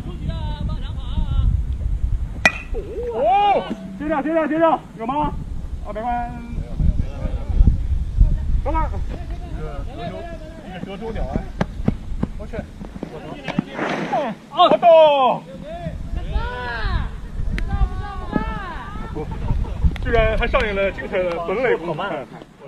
哦，接着，有吗？啊，没关。等会儿。一个德州鸟哎，我去。好动。居然还上演了精彩的本垒攻防。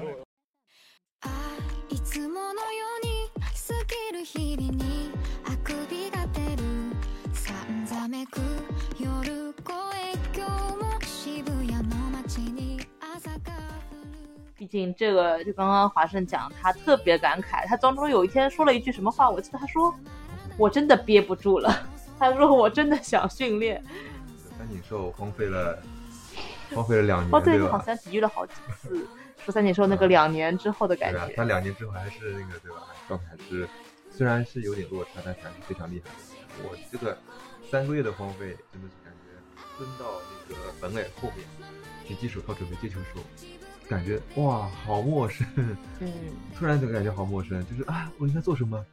毕竟这个就刚刚华盛讲，他特别感慨，他当中有一天说了一句什么话，我记得他说我真的憋不住了，他说我真的想训练。 三井寿荒废了2年， 哦对，好像比喻了好几次，说三井寿那个2年之后的感觉。 他2年之后还是那个对吧，状态是虽然是有点落差，但是还是非常厉害的。我这个3个月的荒废真的是感觉蹲到那个本垒后面举起手套准备接球的时候，感觉哇好陌生，突然就感觉好陌生，就是啊我应该做什么。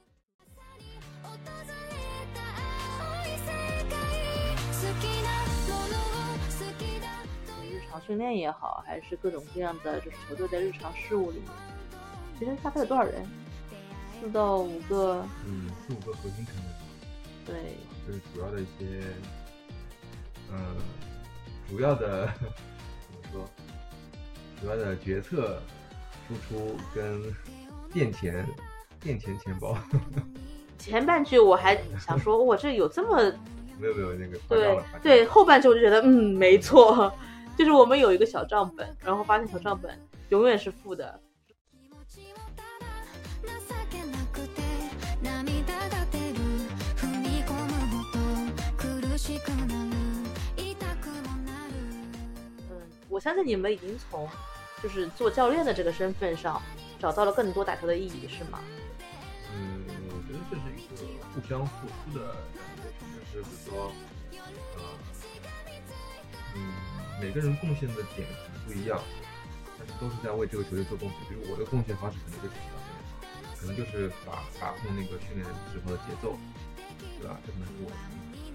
日常训练也好，还是各种各样的就是球队在日常事务里面，其实大概有多少人？4到5个 ，4、5个核心成员。 对， 就是主要的一些主要的怎么说，主要的决策输出跟垫钱钱包。前半句我还想说我这有这么没有那个对，后半句我就觉得没错，就是我们有一个小账本，然后发现小账本永远是负的。我相信你们已经从就是做教练的这个身份上找到了更多打球的意义，是吗？ 我觉得这是一个互相付出的感觉，就是比如说每个人贡献的点可能不一样，但是都是在为这个球队做贡献。比如我的贡献方式可能就是把控那个训练时候的节奏，对吧？这可能是我的。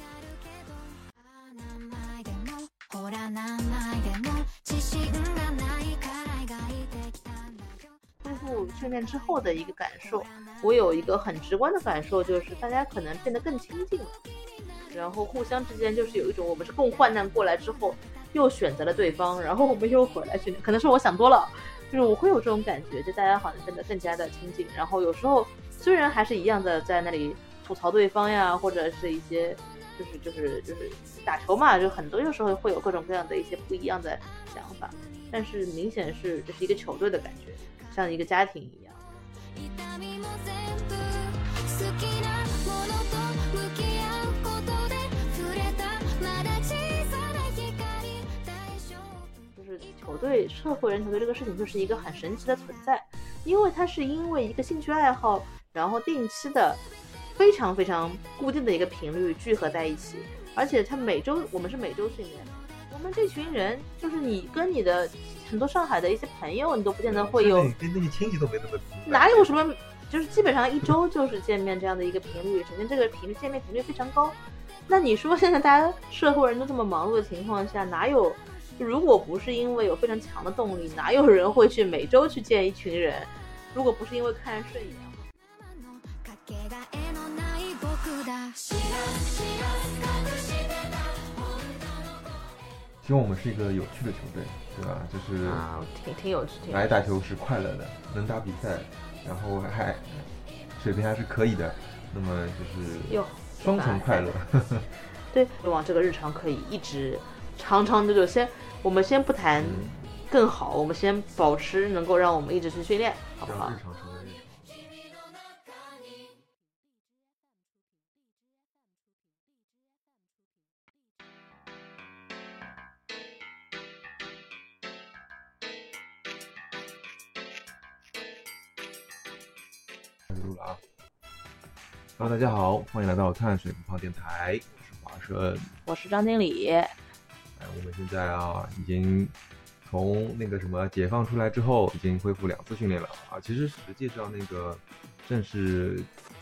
恢复训练之后的一个感受，我有一个很直观的感受，就是大家可能变得更亲近了，然后互相之间就是有一种我们是共患难过来之后又选择了对方，然后我们又回来训练。可能是我想多了，就是我会有这种感觉，就大家好像变得更加的亲近，然后有时候虽然还是一样的在那里吐槽对方呀，或者是一些就是打球嘛，就很多有时候会有各种各样的一些不一样的想法，但是明显是这是一个球队的感觉，像一个家庭一样。就是球队社会人球队这个事情就是一个很神奇的存在，因为它是因为一个兴趣爱好，然后定期的非常非常固定的一个频率聚合在一起，而且它我们是每周训练，我们这群人就是你跟你的很多上海的一些朋友，你都不见得会有， 跟那些亲戚都没那么哪有什么，就是基本上1周就是见面这样的一个频率，首先这个见面频率非常高。那你说现在大家社会人都这么忙碌的情况下，哪有，如果不是因为有非常强的动力，哪有人会去每周去见一群人？如果不是因为看人顺眼。 希望我们是一个有趣的球队，对吧？就是挺有趣， 来打球是快乐的，能打比赛，然后还水平还是可以的，那么就是双重快乐。 对，希望这个日常可以一直长长久久。我们先不谈更好，我们先保持能够让我们一直去训练，好不好？ 日常成为日常。录了啊 ！Hello， 大家好，欢迎来到碳水不胖电台，我是华生， 我是张经理。 我们现在已经从那个什么解放出来之后，已经恢复2次训练了啊。其实实际上那个正式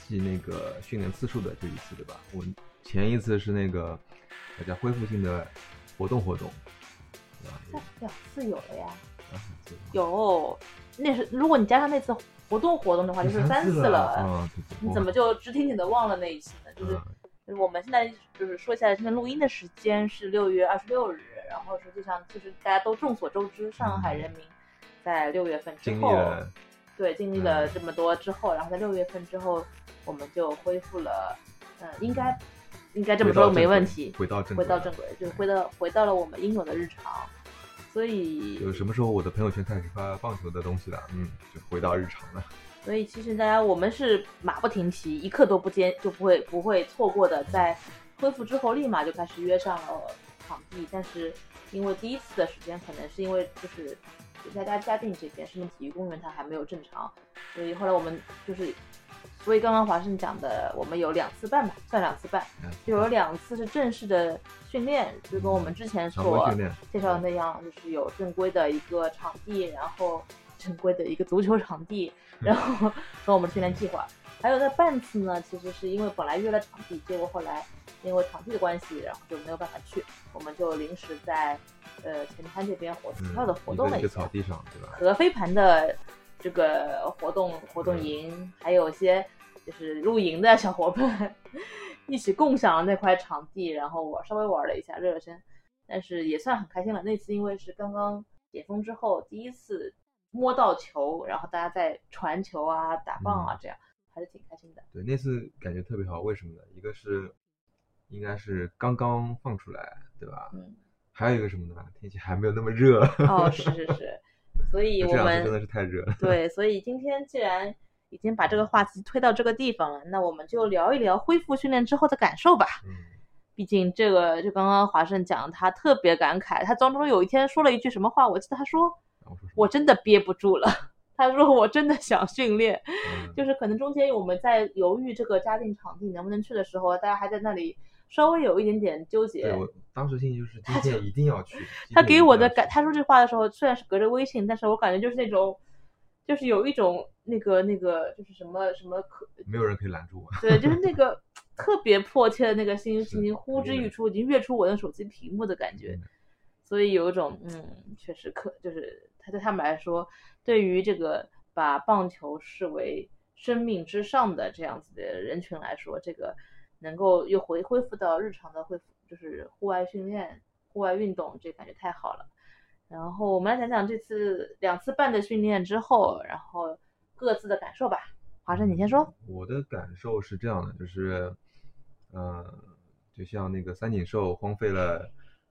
计那个训练次数的这一次，对吧？我前一次是那个大家恢复性的活动，对吧？ 2次有了呀， 啊有，那是如果你加上那次活动的话，就是3次了。 啊，对， 你怎么就直挺挺的忘了那一次呢？就是我们现在就是说一下，现在录音的时间是6月26日，然后实际上就是大家都众所周知，上海人民在6月份之后，经历了这么多之后，然后在6月份之后，我们就恢复了，应该这么说没问题，回到正轨，就回到了我们应有的日常。所以有什么时候我的朋友圈开始发棒球的东西了，就回到日常了。 所以其实大家我们是马不停蹄，一刻都不间，就不会错过的，在恢复之后立马就开始约上了场地。但是因为第一次的时间可能是因为就是嘉定这边市民体育公园它还没有正常，所以后来我们所以刚刚华盛讲的，我们有2次半吧，算2次半，就有2次是正式的训练，就跟我们之前所介绍的那样，就是有正规的一个场地，然后正规的一个足球场地，然后跟我们训练计划。还有那半次呢，其实是因为本来约了场地，结果后来因为场地的关系，然后就没有办法去，我们就临时在前滩这边跳的活动了一下， 一个草地上，对吧？ 和飞盘的这个活动营，还有一些就是露营的小伙伴一起共享了那块场地，然后我稍微玩了一下热身，但是也算很开心了。那次因为是刚刚解封之后第一次摸到球，然后大家在传球啊、打棒啊，这样还是挺开心的。 对，那次感觉特别好，为什么呢？一个是应该是刚刚放出来，对吧？还有一个什么呢？天气还没有那么热。 哦，是，所以我们真的是太热了。 对，所以今天既然已经把这个话题推到这个地方了，那我们就聊一聊恢复训练之后的感受吧。毕竟这个就刚刚华盛讲，他特别感慨，他当中有一天说了一句什么话，我记得他说我真的憋不住了，他说我真的想训练，就是可能中间我们在犹豫这个嘉定场地能不能去的时候，大家还在那里稍微有一点点纠结。 对，我当时心里就是今天一定要去。 他给我的他说这话的时候虽然是隔着微信，但是我感觉就是那种就是有一种那个就是什么没有人可以拦住我。 对，就是那个特别迫切的那个心情呼之欲出，已经跃出我的手机屏幕的感觉。所以有一种确实就是他对他们来说，对于这个把棒球视为生命之上的这样子的人群来说，这个能够又恢复到日常的就是户外训练、户外运动，这感觉太好了。然后我们来讲讲这次2次半的训练之后，然后各自的感受吧。华生，你先说。 我的感受是这样的，就是就像那个三井寿荒废了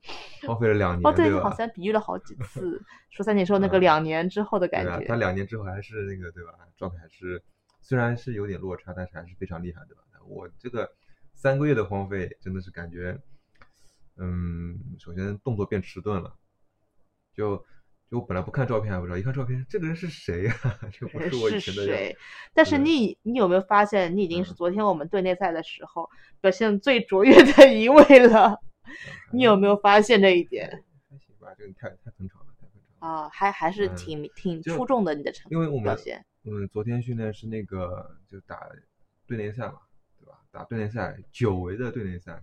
2年。 对，好像比喻了好几次，说三井寿那个2年之后的感觉。 对啊，他2年之后还是那个，对吧？状态还是虽然是有点落差，但是还是非常厉害，对吧？我这个3个月的荒废，真的是感觉，首先动作变迟钝了，就我本来不看照片还不知道，一看照片，这个人是谁啊？这不是我以前的人。 但是你有没有发现，你已经是昨天我们队内赛的时候表现最卓越的一位了？你有没有发现这一点？ 还行吧，这个太捧场了， 啊，还是挺出众的你的成因为我们表现。 昨天训练是那个就打队内赛嘛，对吧？打队内赛久违的队内赛。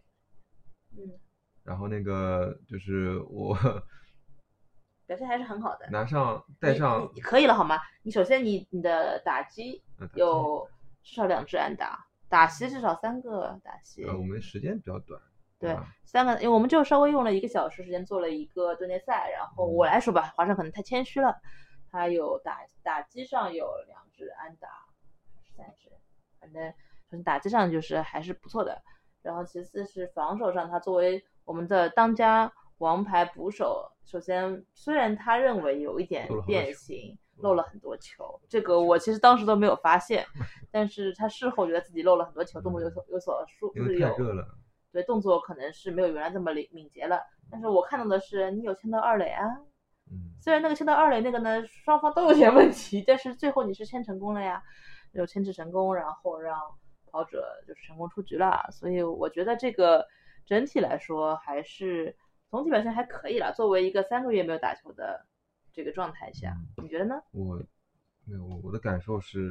然后那个就是我表现还是很好的， 带上你可以了好吗？你首先你的打击有至少2支安打，打席至少3个打席。 我们时间比较短。 对，3个，因为我们就稍微用了1个小时时间做了一个队内赛。然后我来说吧，华生可能太谦虚了，他有打击上有2支安打，3支，反正打击上就是还是不错的。然后其次是防守上，他作为我们的当家王牌捕手，首先虽然他认为有一点变形，漏了很多球，这个我其实当时都没有发现，但是他事后觉得自己漏了很多球，动作有所疏， 因为太热了。 对，动作可能是没有原来这么敏捷了。但是我看到的是你有签到2垒啊，虽然那个签到2垒那个呢双方都有点问题，但是最后你是签成功了呀，有牵制成功，然后让跑者就是成功出局了。所以我觉得这个整体来说还是总体表现还可以了，作为一个3个月没有打球的这个状态下，你觉得呢？ 我的感受是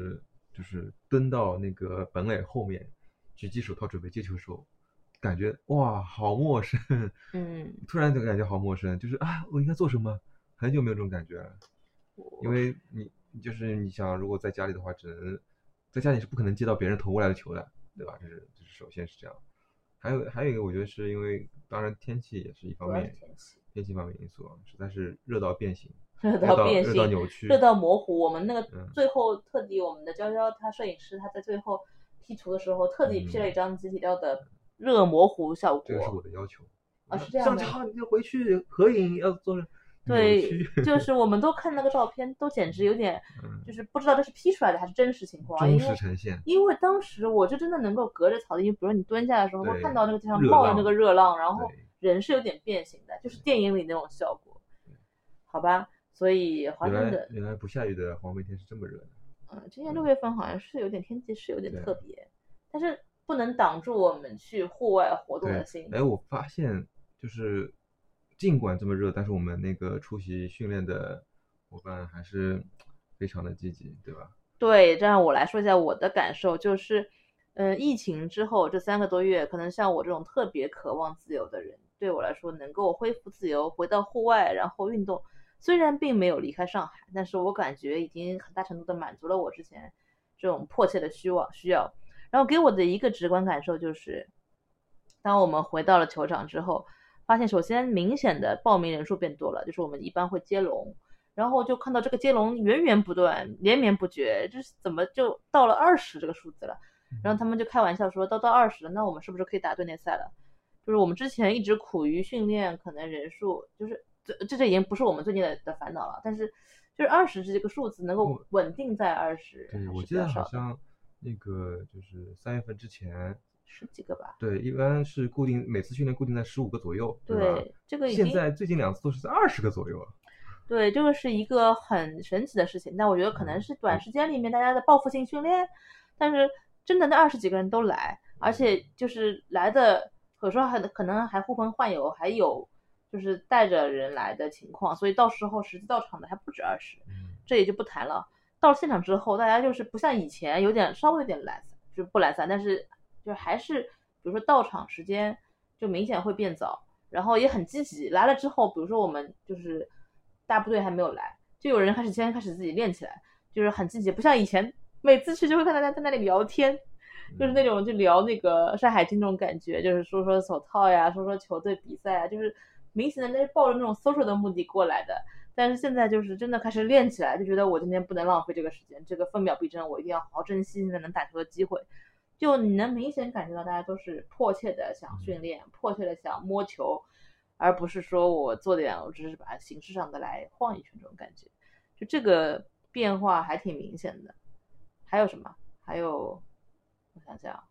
就是蹲到那个本垒后面，举起手套准备接球的时候，感觉哇好陌生，突然就感觉好陌生，就是啊我应该做什么？很久没有这种感觉了，因为你想，如果在家里的话，只能在家里是不可能接到别人投过来的球的，对吧？这是首先是这样。还有一个，我觉得是因为，当然天气也是一方面，天气方面因素，实在是热到变形，热到扭曲， 热到模糊。我们那个最后特地，我们的娇娇他摄影师他在最后P 图的时候，特地 P 了一张集体照的热模糊效果。 这个是我的要求啊，是这样的。 上你就回去合影要做。 对，就是我们都看那个照片，都简直有点，就是不知道这是 P 出来的还是真实情况， 忠实呈现。 因为当时我就真的能够隔着草地，比如说你蹲下的时候，会看到那个地上冒的那个热浪，然后人是有点变形的，就是电影里那种效果。好吧，所以华盛顿原来不下雨的黄梅天是这么热的。 今年6月份好像是有点天气是有点特别，但是不能挡住我们去户外活动的心。 我发现就是尽管这么热，但是我们那个出席训练的伙伴还是非常的积极，对吧？ 对，这样我来说一下我的感受，就是疫情之后这3个多月，可能像我这种特别渴望自由的人，对我来说能够恢复自由，回到户外然后运动，虽然并没有离开上海，但是我感觉已经很大程度的满足了我之前这种迫切的需要。然后给我的一个直观感受就是，当我们回到了球场之后，发现首先明显的报名人数变多了，就是我们一般会接龙，然后就看到这个接龙源源不断连绵不绝，就是怎么就到了20这个数字了，然后他们就开玩笑说到20了，那我们是不是可以打队内赛了？就是我们之前一直苦于训练，可能人数就是这已经不是我们最近的烦恼了，但是就是20这个数字能够稳定在20， 对，我记得好像那个就是3月份之前 10几个吧。 对，一般是固定每次训练固定在15个左右，对吧？ 这个现在最近2次都是在20个左右。 对，这个是一个很神奇的事情，但我觉得可能是短时间里面大家的报复性训练，但是真的那20几个人都来，而且就是来的有时候可能还呼朋唤友，还有就是带着人来的情况，所以到时候实际到场的还不止20，这也就不谈了。到了现场之后，大家就是不像以前稍微有点懒散，就不懒散，但是就还是比如说到场时间就明显会变早，然后也很积极。来了之后，比如说我们就是大部队还没有来，就有人先开始自己练起来，就是很积极，不像以前每次去就会看大家在那里聊天，就是那种就聊那个《山海经》那种感觉，就是说手套呀，说球队比赛啊，就是明显的那是抱着那种 social 的目的过来的。但是现在就是真的开始练起来，就觉得我今天不能浪费这个时间，这个分秒必争，我一定要好好珍惜现在能打球的机会。就你能明显感觉到大家都是迫切的想训练，迫切的想摸球，而不是说我做点我只是把形式上的来晃一圈这种感觉。就这个变化还挺明显的。还有什么？还有我想想，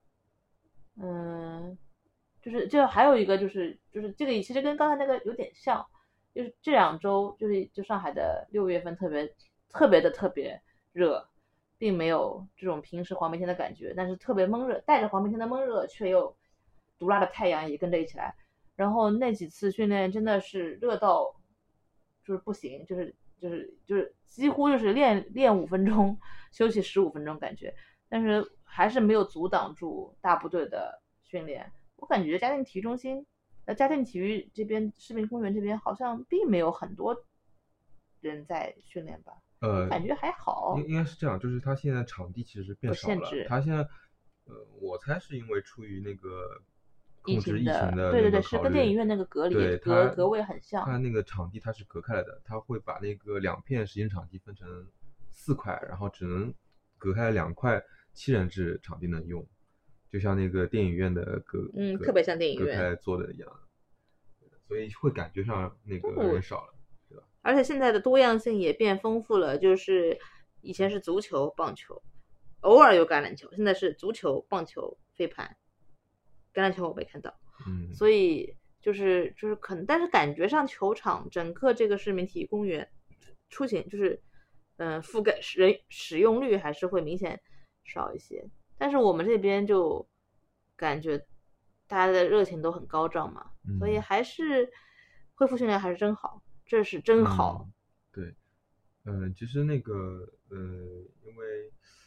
就还有一个就是这个其实跟刚才那个有点像，就是这2周就上海的6月份特别热，并没有这种平时黄梅天的感觉，但是特别闷热，带着黄梅天的闷热，却又毒辣的太阳也跟着一起来。然后那几次训练真的是热到就是不行，就是几乎就是练5分钟休息15分钟感觉，但是还是没有阻挡住大部队的训练。我感觉嘉定体育中心嘉定体育这边市民公园这边好像并没有很多人在训练吧，感觉还好。 应该是这样，就是他现在场地其实变少了，他现在我猜是因为出于那个控制疫情的对，是跟电影院那个隔离隔位很像。 他那个场地它是隔开来的，他会把那个2片实验场地分成4块，然后只能隔开2块7人制场地能用，就像那个电影院的特别像电影院隔开做的一样，所以会感觉上那个人少了，对吧？ 而且现在的多样性也变丰富了，就是以前是足球、棒球，偶尔有橄榄球，现在是足球、棒球、飞盘。橄榄球我没看到，所以就是可能，但是感觉上球场整个这个市民体育公园出行就是覆盖使用率还是会明显少一些，但是我们这边就感觉大家的热情都很高涨嘛，所以还是恢复训练还是真好，这是真好。 对，其实那个因为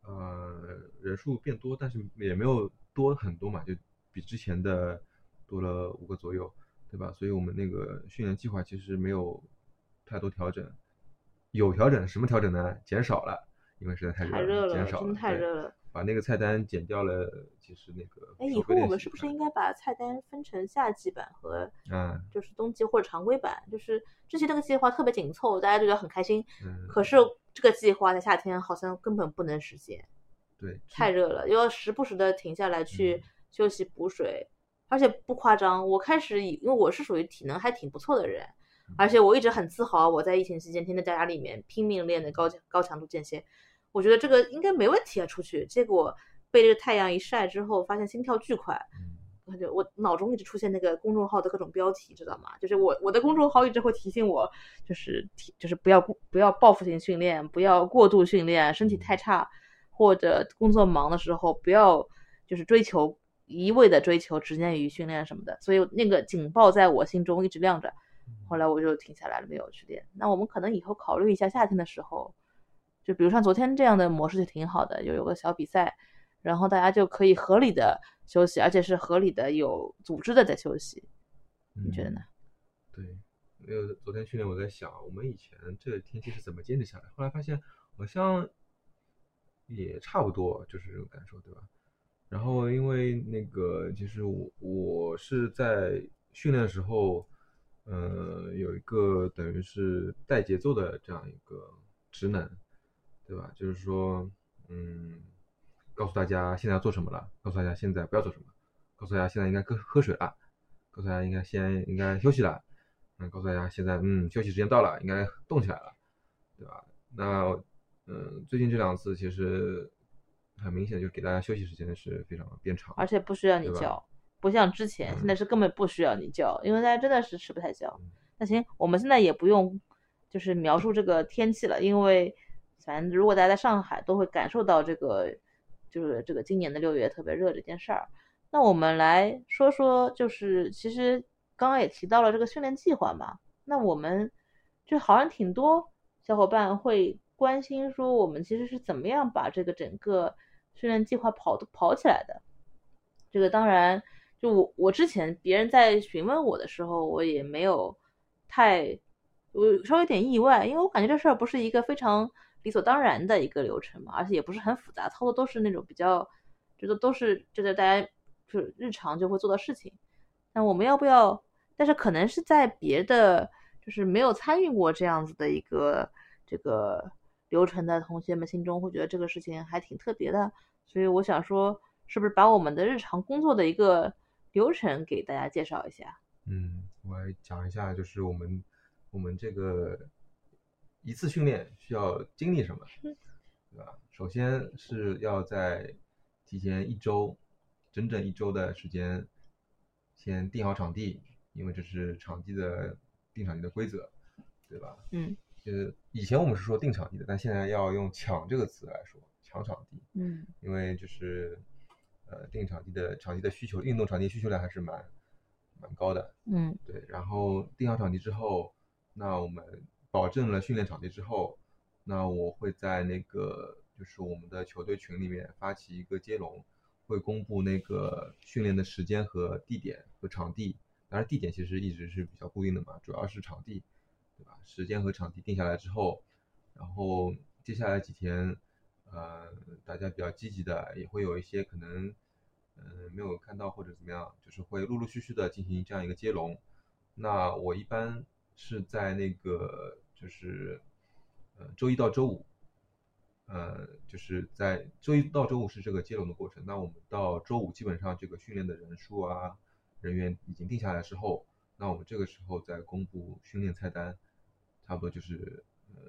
人数变多，但是也没有多很多嘛，就比之前的多了5个左右，对吧？所以我们那个训练计划其实没有太多调整，有调整，什么调整呢？减少了，因为实在太热了，减少真的太热了。 把那个菜单减掉了，其实那个以后我们是不是应该把菜单分成夏季版和就是冬季或者常规版？就是之前那个计划特别紧凑，大家觉得很开心，可是这个计划在夏天好像根本不能实现， 对， 太热了，又要时不时的停下来去休息补水，而且不夸张，我开始因为我是属于体能还挺不错的人，而且我一直很自豪我在疫情期间天天在家里面拼命练的高强度间歇。我觉得这个应该没问题啊，出去，结果被这个太阳一晒之后，发现心跳巨快，我脑中一直出现那个公众号的各种标题，知道吗？就是我的公众号一直会提醒我，就是不要报复性训练，不要过度训练，身体太差，或者工作忙的时候不要就是一味的追求执念于训练什么的，所以那个警报在我心中一直亮着。后来我就停下来了，没有去练。那我们可能以后考虑一下夏天的时候。就比如像昨天这样的模式就挺好的，就有个小比赛，然后大家就可以合理的休息，而且是合理的有组织的在休息。你觉得呢？ 对，因为昨天训练我在想，我们以前这个天气是怎么坚持下来？后来发现好像也差不多，就是这种感受，对吧？然后因为那个，其实我是在训练的时候，有一个等于是带节奏的这样一个职能。对吧？就是说，告诉大家现在要做什么了，告诉大家现在不要做什么，告诉大家现在应该喝水了，告诉大家应该休息了，告诉大家现在休息时间到了，应该动起来了，对吧？那最近这2次其实很明显，就是给大家休息时间是非常变长， 而且不需要你叫，不像之前，现在是根本不需要你叫，因为大家真的是吃不太消。那行，我们现在也不用就是描述这个天气了，因为。反正如果大家在上海都会感受到就是这个今年的6月特别热这件事儿。那我们来说说，就是其实刚刚也提到了这个训练计划嘛，那我们就好像挺多小伙伴会关心说，我们其实是怎么样把这个整个训练计划跑起来的。这个当然，就我之前别人在询问我的时候，我也没有我稍微有点意外，因为我感觉这事儿不是一个非常理所当然的一个流程嘛，而且也不是很复杂，操作都是那种比较，觉得都是大家就是日常就会做的事情。那我们要不要？但是可能是在别的就是没有参与过这样子的一个这个流程的同学们心中会觉得这个事情还挺特别的，所以我想说，是不是把我们的日常工作的一个流程给大家介绍一下？ 我来讲一下，就是我们这个一次训练需要经历什么，对吧？首先是要在提前整整一周的时间，先定好场地，因为这是定场地的规则，对吧？就是以前我们是说定场地的，但现在要用抢这个词来说，抢场地。因为就是定场地的需求，运动场地需求量还是蛮高的。对。然后定好场地之后，那我们保证了训练场地之后，那我会在那个就是我们的球队群里面发起一个接龙，会公布那个训练的时间和地点和场地。当然地点其实一直是比较固定的嘛，主要是场地，对吧？时间和场地定下来之后，然后接下来几天大家比较积极的也会有一些可能没有看到或者怎么样，就是会陆陆续续的进行这样一个接龙。那我一般是在那个就是周一到周五，就是在周一到周五是这个接龙的过程。那我们到周五基本上这个训练的人数啊人员已经定下来之后，那我们这个时候再公布训练菜单，差不多就是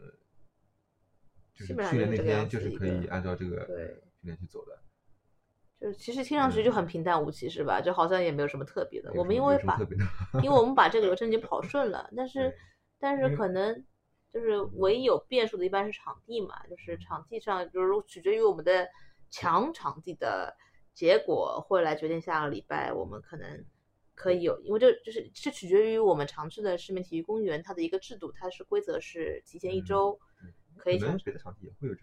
训练那天就是可以按照这个训练去走的。 就其实听上去就很平淡无奇，是吧？就好像也没有什么特别的。我们因为我们把这个流程已经跑顺了，但是可能就是唯一有变数的一般是场地嘛，就是场地上就是取决于我们的抢场地的结果，会来决定下个礼拜我们可能可以有，因为就是取决于我们常去的市民体育公园它的一个制度，它是规则是提前1周可以抢。 别的场地也会有这样的规则。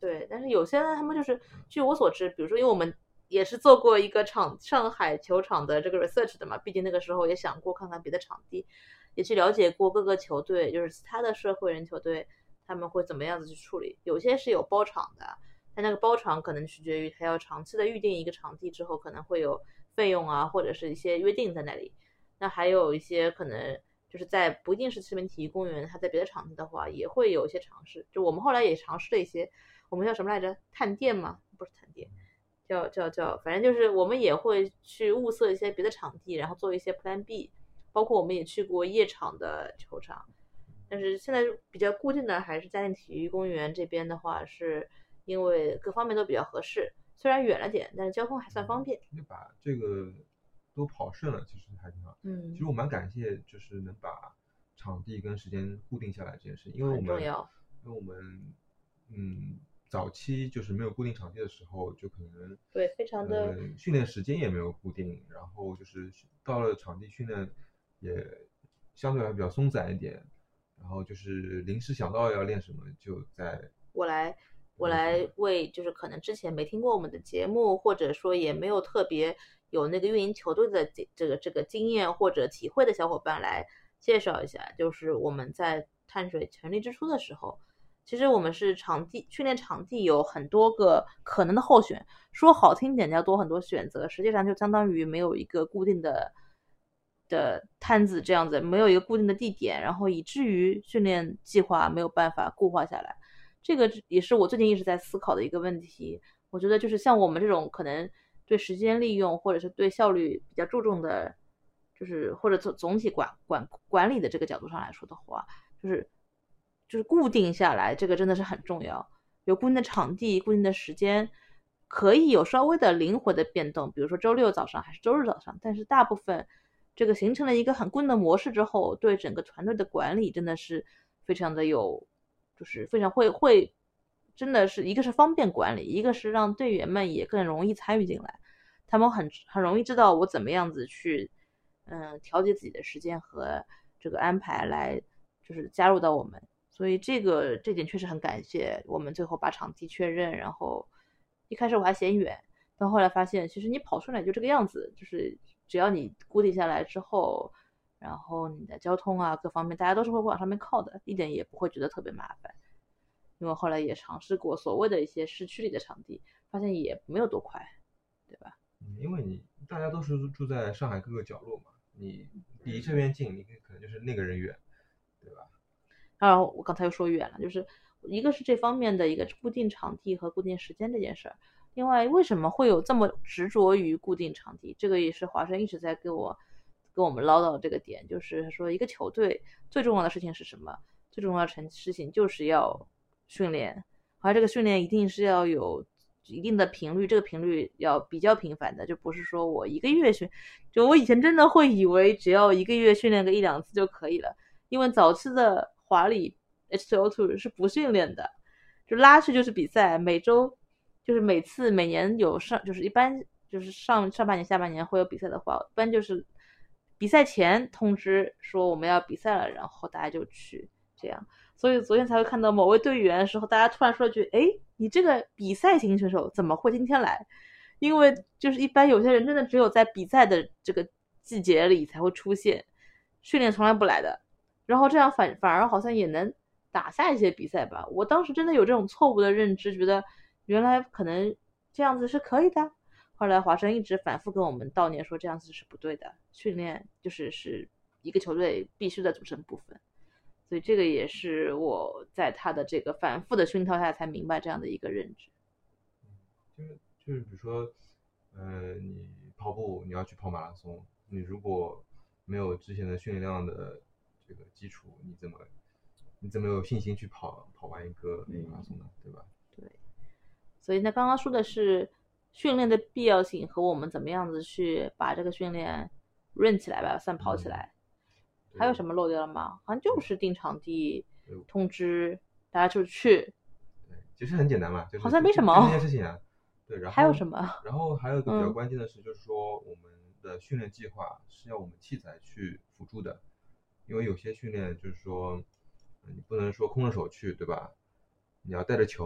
对，但是有些呢，他们就是据我所知，比如说，因为我们也是做过一个上海球场的这个 research 的嘛，毕竟那个时候也想过看看别的场地，也去了解过各个球队，就是其他的社会人球队他们会怎么样子去处理。有些是有包场的，但那个包场可能取决于他要长期的预定一个场地之后，可能会有费用啊，或者是一些约定在那里。那还有一些可能就是在不一定是市民体育公园，它在别的场地的话，也会有一些尝试。就我们后来也尝试了一些，我们叫什么来着？探店吗？不是探店，叫，反正就是我们也会去物色一些别的场地，然后做一些 Plan B。包括我们也去过夜场的球场，但是现在比较固定的还是嘉定体育公园这边的话，是因为各方面都比较合适，虽然远了点，但是交通还算方便。 你把这个都跑顺了，其实还挺好。其实我蛮感谢，就是能把场地跟时间固定下来这件事，因为很重要。 因为我们早期就是没有固定场地的时候，就可能对非常的训练时间也没有固定，然后就是到了场地训练也相对来比较松散一点，然后就是临时想到要练什么就在我来为就是可能之前没听过我们的节目，或者说也没有特别有那个运营球队的这个经验或者体会的小伙伴来介绍一下，就是我们在碳水成立之初的时候，其实我们是训练场地有很多个可能的候选，说好听点叫多很多选择，实际上就相当于没有一个固定的摊子这样子，没有一个固定的地点，然后以至于训练计划没有办法固化下来。这个也是我最近一直在思考的一个问题。我觉得就是像我们这种可能对时间利用或者是对效率比较注重的，就是或者总体管理的这个角度上来说的话，就是固定下来，这个真的是很重要。有固定的场地、固定的时间，可以有稍微的灵活的变动，比如说周六早上还是周日早上，但是大部分这个形成了一个很固定的模式之后，对整个团队的管理真的是非常的有。就是非常会真的是一个是方便管理，一个是让队员们也更容易参与进来，他们很容易知道我怎么样子去调节自己的时间和这个安排来就是加入到我们，所以这点确实很感谢我们最后把场地确认，然后一开始我还嫌远，到后来发现其实你跑出来就这个样子，就是只要你固定下来之后，然后你的交通啊各方面大家都是会往上面靠的，一点也不会觉得特别麻烦。因为后来也尝试过所谓的一些市区里的场地，发现也没有多快，对吧？ 因为大家都是住在上海各个角落嘛，你离这边近，你可能就是那个人远，对吧？ 然后我刚才又说远了，就是一个是这方面的一个固定场地和固定时间这件事儿，另外为什么会有这么执着于固定场地，这个也是华生一直在跟我们唠叨这个点，就是说一个球队最重要的事情是什么？最重要的事情就是要训练，而这个训练一定是要有一定的频率，这个频率要比较频繁的，就不是说我一个月就我以前真的会以为只要一个月训练个1-2次就可以了，因为早期的华里 H2O2 是不训练的，就拉去就是比赛，每周就是每年有就是一般就是上半年下半年会有比赛的话，一般就是比赛前通知说我们要比赛了，然后大家就去这样。所以昨天才会看到某位队员的时候，大家突然说一句：“哎，你这个比赛型选手怎么会今天来？”因为就是一般有些人真的只有在比赛的这个季节里才会出现，训练从来不来的。然后这样反而好像也能打下一些比赛吧。我当时真的有这种错误的认知，觉得原来可能这样子是可以的。后来华生一直反复跟我们悼念说这样子是不对的，训练是一个球队必须的组成部分。所以这个也是我在他的这个反复的熏陶下才明白这样的一个认知。 就是比如说，你跑步你要去跑马拉松，你如果没有之前的训练量的这个基础，你怎么有信心去跑完一个马拉松呢？对吧？ 对。所以那刚刚说的是训练的必要性和我们怎么样子去把这个训练润起来吧，算跑起来。还有什么漏掉了吗？好像就是定场地，通知大家就去。 对，其实很简单嘛，就是好像没什么这件事情啊。对，然后还有什么？ 然后还有一个比较关键的是，就是说我们的训练计划是要我们器材去辅助的，因为有些训练就是说，你不能说空着手去，对吧？你要带着球，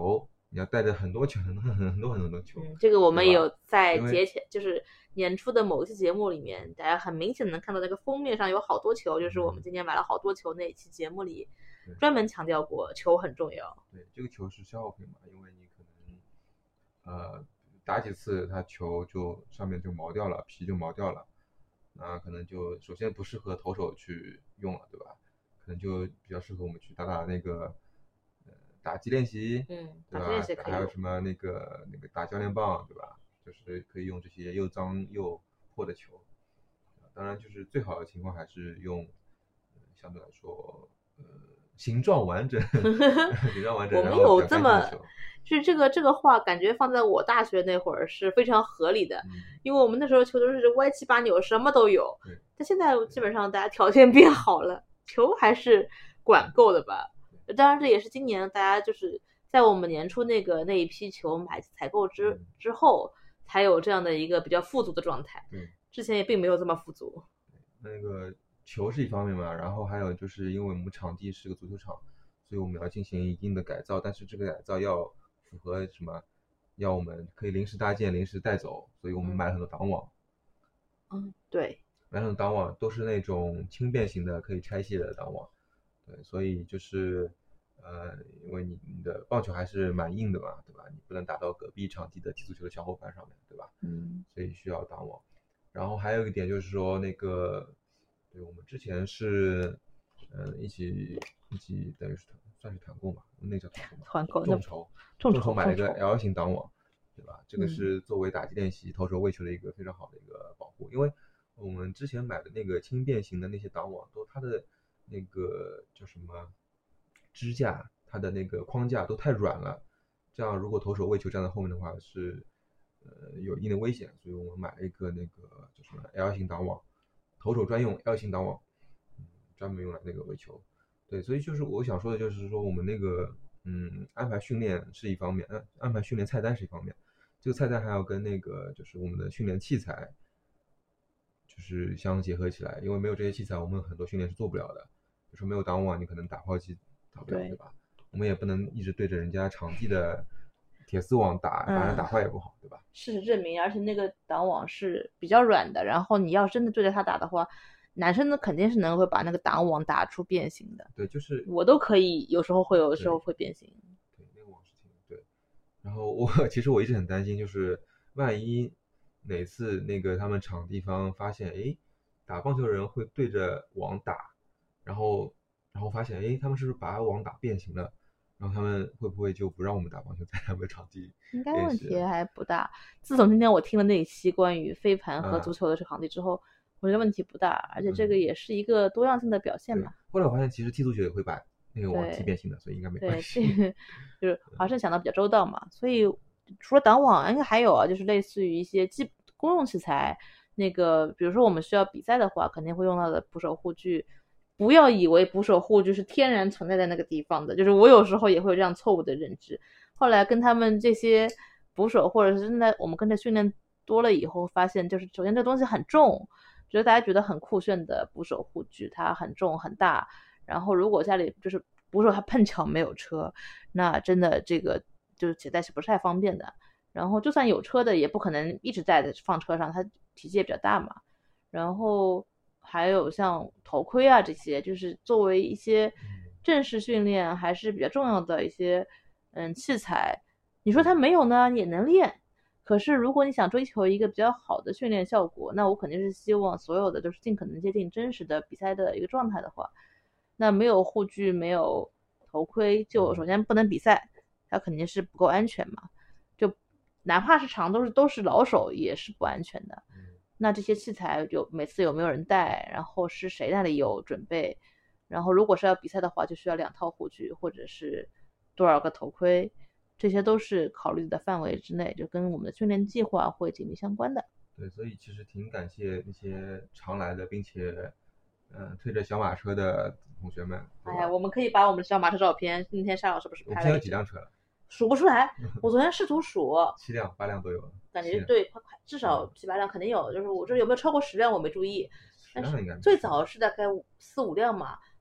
你要带着很多球，很多球。 这个我们对吧有在因为节前，就是年初的某一期节目里面，大家很明显能看到那个封面上有好多球，就是我们今年买了好多球那一期节目里对专门强调过球很重要。 对，这个球是消耗品嘛，因为你可能打几次，它球就上面就毛掉了，皮就毛掉了，那可能就首先不适合投手去用了，对吧？可能就比较适合我们去打那个打击练习，对吧打击练习？可以用还有什么那个打教练棒，对吧？就是可以用这些又脏又破的球。当然，就是最好的情况还是用相对来说形状完整，形状完整， 我们然后比较有这么干净的球。 是这个话，感觉放在我大学那会儿是非常合理的，因为我们那时候球都是歪七八扭，什么都有。 对但现在基本上大家条件变好了，球还是管够的吧。当然，这也是今年大家就是在我们年初那一批球采购之后，才有这样的一个比较富足的状态。之前也并没有这么富足。 那个球是一方面嘛，然后还有就是因为我们场地是个足球场，所以我们要进行一定的改造，但是这个改造要符合什么？要我们可以临时搭建、临时带走，所以我们买了很多挡网。 对， 买了很多挡网，都是那种轻便型的，可以拆卸的挡网。对，所以就是因为你的棒球还是蛮硬的嘛，对吧？你不能打到隔壁场地的踢足球的小伙伴上面，对吧？所以需要挡网。然后还有一点就是说，对，我们之前是一起等于是算是团购嘛，那叫团购嘛，众筹买了一个 L 型挡网，对吧？这个是作为打击练习、投手喂球的一个非常好的一个保护，因为我们之前买的那个轻便型的那些挡网，它的那个叫什么支架，它的那个框架都太软了，这样如果投手喂球站在后面的话是有一定的危险，所以我们买了一个那个叫什么 L 型挡网，投手专用 L 型挡网，专门用来那个喂球。对，所以就是我想说的就是说我们那个安排训练是一方面，安排训练菜单是一方面，这个菜单还要跟那个就是我们的训练器材就是相结合起来，因为没有这些器材，我们很多训练是做不了的。比如说没有挡网，你可能打炮机打不了，对吧？我们也不能一直对着人家场地的铁丝网打，把人打坏也不好，对吧？ 事实证明，而且那个挡网是比较软的，然后你要真的对着它打的话，男生呢肯定是能会把那个挡网打出变形的。 对，就是我都可以，有时候会变形。 对，那个网是挺对。然后其实我一直很担心，就是万一哪次那个他们场地方发现，打棒球的人会对着网打，然后发现，他们是不是把网打变形了？然后他们会不会就不让我们打棒球，在他们场地？ 应该问题还不大。自从今天我听了那一期关于飞盘和足球的场地之后，我觉得问题不大，而且这个也是一个多样性的表现嘛。 后来我发现，其实踢足球也会把那个网踢变形的，所以应该没关系。 对，就是华盛想的比较周到嘛。所以除了挡网，应该还有啊，就是类似于一些公用器材，那个比如说我们需要比赛的话，肯定会用到的捕手护具。不要以为捕手护具是天然存在在那个地方的，就是我有时候也会有这样错误的认知。后来跟他们这些捕手，或者是真的我们跟着训练多了以后，发现就是首先这东西很重，觉得大家觉得很酷炫的捕手护具，它很重很大。然后如果家里就是捕手他碰巧没有车，那真的这个就是携带是不是太方便的。然后就算有车的，也不可能一直带着放车上，它体积也比较大嘛。然后还有像头盔啊这些，就是作为一些正式训练还是比较重要的一些器材。你说它没有呢，也能练。可是如果你想追求一个比较好的训练效果，那我肯定是希望所有的都是尽可能接近真实的比赛的一个状态的话，那没有护具没有头盔，就首先不能比赛，它肯定是不够安全嘛。就哪怕是场都是老手也是不安全的。那这些器材每次有没有人带，然后是谁那里有准备，然后如果是要比赛的话，就需要2套护具或者是多少个头盔，这些都是考虑的范围之内，就跟我们的训练计划会紧密相关的。 对，所以其实挺感谢那些常来的，并且推着小马车的同学们。 哎呀，我们可以把我们的小马车照片，今天沙老师不是拍了？ 我们现在有几辆车了？ 数不出来，我昨天试图数 ，7辆8辆都有了， 感觉对，快至少7、8辆肯定有，就是我这有没有超过10辆我没注意，但是最早是大概4、5辆嘛，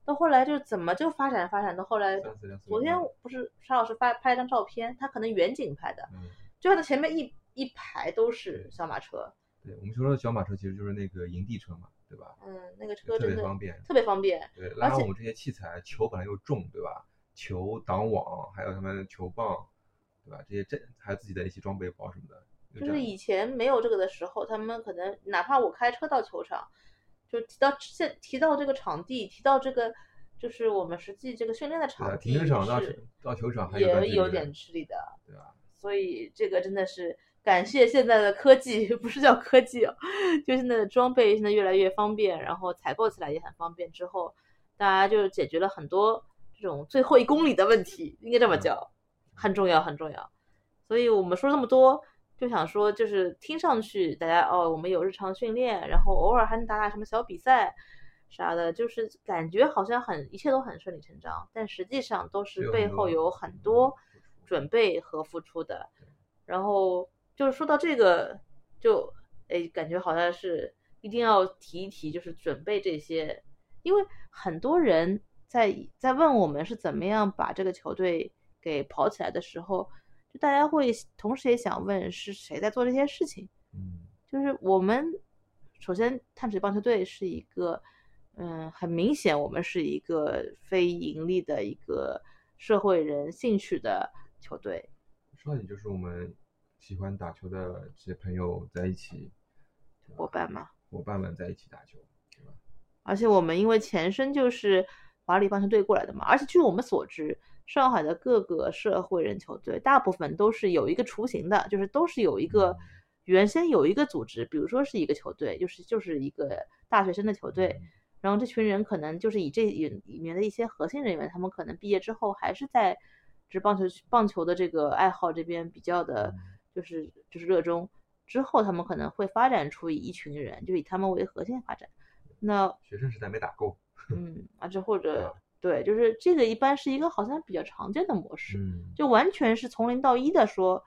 到后来就怎么就发展到后来， 3-4 昨天不是沙老师拍一张照片，他可能远景拍的，就他的前面一排都是小马车。 对，我们说的小马车其实就是那个营地车嘛，对吧？ 那个车真的特别方便， 特别方便。 对，拉我们这些器材，球本来又重，对吧？球、挡网，还有他们的球棒，对吧？这些还有自己的一些装备包什么的。 就是以前没有这个的时候，他们可能哪怕我开车到球场，就提到这个场地，提到这个就是我们实际这个训练的场地， 停车场到球场还也有点吃力的， 对吧？ 所以这个真的是感谢现在的科技，不是叫科技哦，就现在的装备现在越来越方便，然后采购起来也很方便，之后大家就解决了很多这种最后1公里的问题，应该这么叫，很重要很重要。所以我们说这么多，就想说就是听上去大家我们有日常训练，然后偶尔还能打什么小比赛啥的，就是感觉好像一切都很顺理成章，但实际上都是背后有很多准备和付出的。然后就是说到这个，就感觉好像是一定要提一提，就是准备这些，因为很多人在问我们是怎么样把这个球队给跑起来的时候，就大家会同时也想问是谁在做这些事情。就是我们首先碳水棒球队是一个很明显我们是一个非盈利的一个社会人兴趣的球队。 说起就是我们喜欢打球的这些朋友在一起， 伙伴们在一起打球，对吧？ 而且我们因为前身就是华理棒球队过来的嘛，而且据我们所知，上海的各个社会人球队大部分都是有一个雏形的，就是都是有一个原先有一个组织，比如说是一个球队，就是一个大学生的球队，然后这群人可能就是以这里面的一些核心人员，他们可能毕业之后还是在就是棒球的这个爱好这边比较的就是热衷，之后他们可能会发展出一群人，就以他们为核心发展。那学生时代没打够， 这或者对，就是这个一般是一个好像比较常见的模式，就完全是从零到一的说，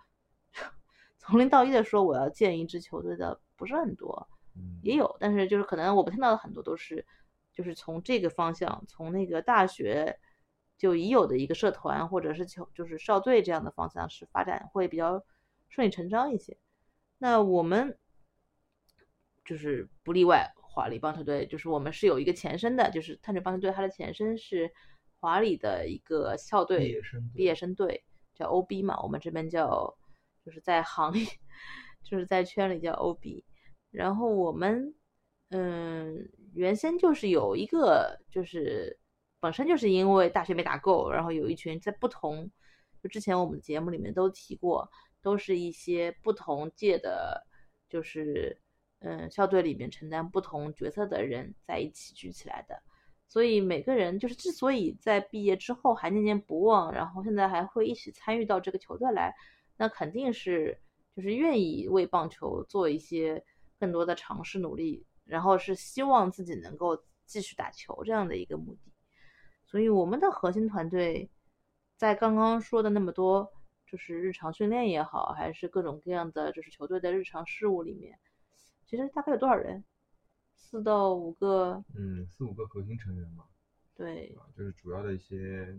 我要建一支球队的不是很多，也有，但是就是可能我们听到的很多都是就是从这个方向，从那个大学就已有的一个社团或者是就是校队这样的方向是发展会比较顺理成章一些。那我们就是不例外，华理棒球队就是我们是有一个前身的，就是碳水棒球队，它的前身是华理的一个校队毕业生队，叫 OB 嘛，我们这边叫就是在行业就是在圈里叫 OB。然后我们原先就是有一个就是本身就是因为大学没打够，然后有一群在不同，就之前我们节目里面都提过，都是一些不同届的就是校队里面承担不同角色的人在一起聚起来的，所以每个人就是之所以在毕业之后还念念不忘，然后现在还会一起参与到这个球队来，那肯定是就是愿意为棒球做一些更多的尝试努力，然后是希望自己能够继续打球这样的一个目的。所以我们的核心团队在刚刚说的那么多就是日常训练也好，还是各种各样的就是球队的日常事务里面，其实大概有多少人？4到5个 ，4-5个核心成员嘛。 对， 就是主要的一些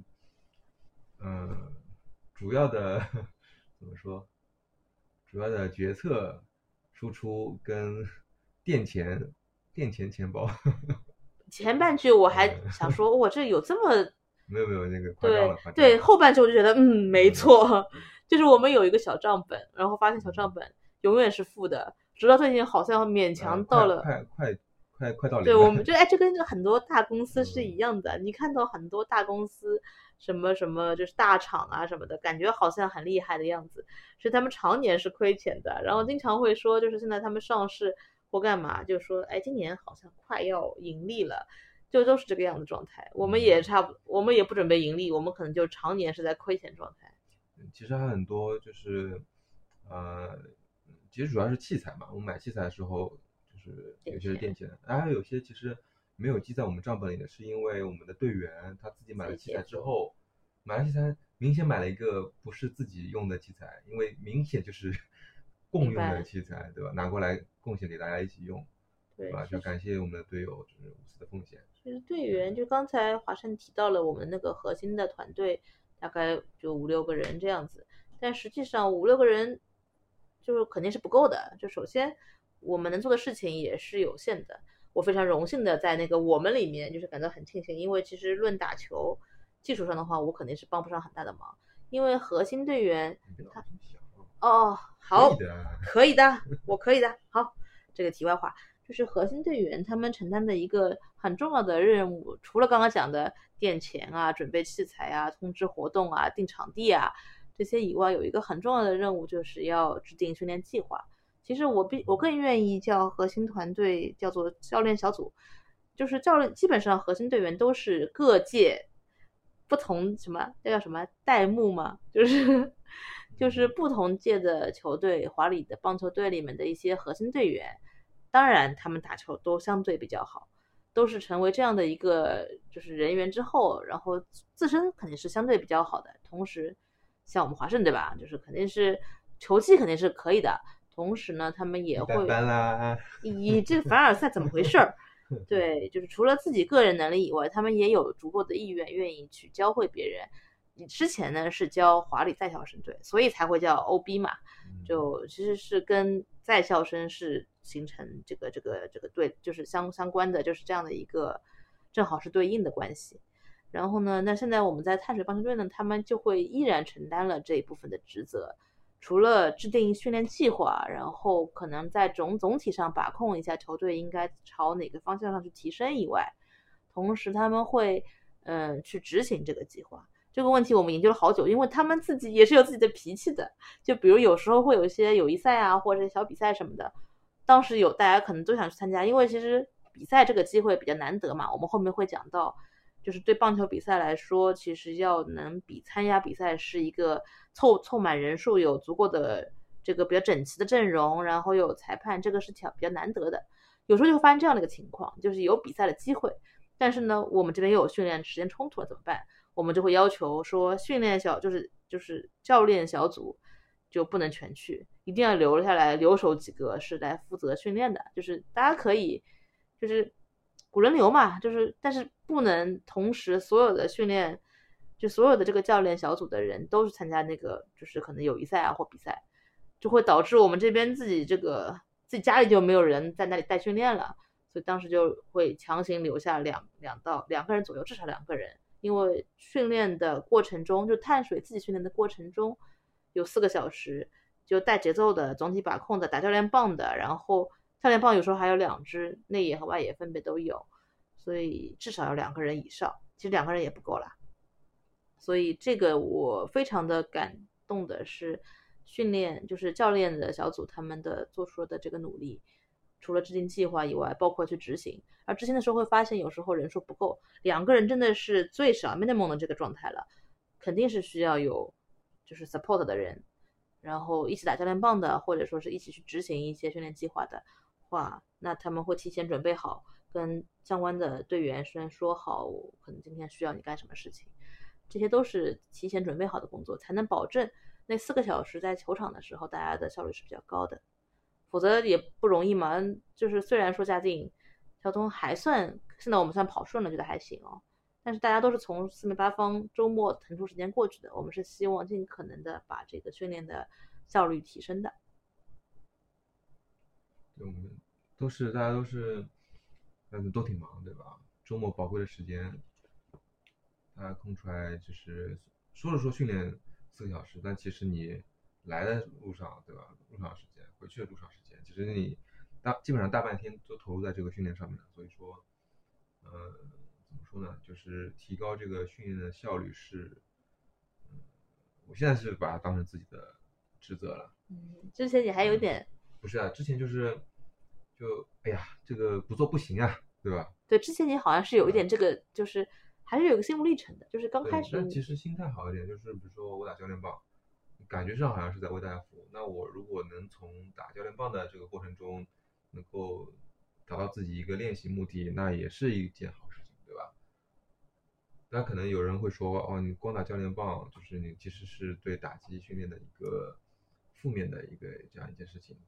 主要的怎么说，主要的决策输出跟垫钱钱包前半句我还想说我这有这么没有那个夸张了， 对，后半句我就觉得没错，就是我们有一个小账本，然后发现小账本永远是负的，直到最近好像勉强到了快到零了。 对，我们这跟很多大公司是一样的，你看到很多大公司什么什么就是大厂啊什么的，感觉好像很厉害的样子，是他们常年是亏钱的，然后经常会说就是现在他们上市或干嘛，就说今年好像快要盈利了，就都是这个样子状态。我们也我们也不准备盈利，我们可能就常年是在亏钱状态。 其实还很多就是其实主要是器材嘛，我们买器材的时候就是有些是垫钱的，还有些其实没有记在我们账本里的，是因为我们的队员他自己买了器材之后，明显买了一个不是自己用的器材，因为明显就是共用的器材，对吧？拿过来贡献给大家一起用。 对吧？就感谢我们的队友就是无私的奉献。 其实队员就刚才华生提到了我们那个核心的团队大概就5、6个人这样子，但实际上5、6个人就是肯定是不够的。就首先我们能做的事情也是有限的。我非常荣幸的在那个我们里面就是感到很庆幸，因为其实论打球技术上的话，我肯定是帮不上很大的忙，因为核心队员他哦好可以的，我可以的。好，这个题外话。就是核心队员他们承担的一个很重要的任务，除了刚刚讲的垫钱啊、准备器材啊、通知活动啊、定场地啊这些以外，有一个很重要的任务就是要制定训练计划。其实我更愿意叫核心团队叫做教练小组，就是教练基本上核心队员都是各界不同什么叫什么代目嘛，就是不同届的球队、华里的棒球队里面的一些核心队员。当然他们打球都相对比较好，都是成为这样的一个就是人员之后，然后自身肯定是相对比较好的。同时像我们华盛对吧，就是肯定是球技肯定是可以的，同时呢他们也会以这个凡尔赛怎么回事儿对，就是除了自己个人能力以外，他们也有足够的意愿愿意去教会别人。你之前呢是教华里在校生队，所以才会叫 OB 嘛，就其实是跟在校生是形成这个对，就是相关的，就是这样的一个正好是对应的关系。然后呢，那现在我们在碳水棒球队呢，他们就会依然承担了这一部分的职责，除了制定训练计划，然后可能在总体上把控一下球队应该朝哪个方向上去提升以外，同时他们会去执行这个计划。这个问题我们研究了好久，因为他们自己也是有自己的脾气的，就比如有时候会有一些友谊赛啊，或者小比赛什么的，当时大家可能都想去参加，因为其实比赛这个机会比较难得嘛，我们后面会讲到，就是对棒球比赛来说，其实要能参加比赛是一个凑满人数，有足够的这个比较整齐的阵容，然后有裁判，这个是比较难得的。有时候就会发生这样的一个情况，就是有比赛的机会，但是呢，我们这边又有训练时间冲突了，怎么办？我们就会要求说，训练就是教练小组就不能全去，一定要留下来，留守几个是来负责训练的，就是大家可以就是古人流嘛，就是但是不能同时所有的训练，就所有的这个教练小组的人都是参加那个就是可能友谊赛啊或比赛，就会导致我们这边自己家里就没有人在那里带训练了，所以当时就会强行留下两个人左右，至少2个人。因为训练的过程中，就碳水自己训练的过程中有4个小时，就带节奏的、总体把控的、打教练棒的，然后教练棒有时候还有2支，内野和外野分别都有，所以至少要2个人以上，其实2个人也不够啦。所以这个我非常的感动的是训练，就是教练的小组他们的做出的这个努力，除了制定计划以外，包括去执行。而执行的时候会发现，有时候人数不够，2个人真的是最少 minimum 的这个状态了，肯定是需要有就是 support 的人，然后一起打教练棒的，或者说是一起去执行一些训练计划的话，那他们会提前准备好，跟相关的队员说好，可能今天需要你干什么事情，这些都是提前准备好的工作，才能保证那4个小时在球场的时候，大家的效率是比较高的。否则也不容易嘛，就是虽然说嘉定交通还算，现在我们算跑顺了，觉得还行哦，但是大家都是从四面八方周末腾出时间过去的，我们是希望尽可能的把这个训练的效率提升的。 对，我们大家都是都挺忙，对吧？周末宝贵的时间，大家空出来，就是说是说训练4个小时，但其实你来的路上，对吧？路上时间，回去的路上时间，其实你基本上大半天都投入在这个训练上面了。所以说，怎么说呢？就是提高这个训练的效率是，我现在是把它当成自己的职责了。 之前你还有点， 不是啊，之前哎呀，这个不做不行啊，对吧？ 对，之前你好像是有一点这个，就是还是有个心路历程的，就是刚开始。 但其实心态好一点，就是比如说我打教练棒，感觉上好像是在为大家服务。那我如果能从打教练棒的这个过程中，能够达到自己一个练习目的，那也是一件好事情，对吧？那可能有人会说，哦，你光打教练棒，就是你其实是对打击训练的一个负面的这样一件事情。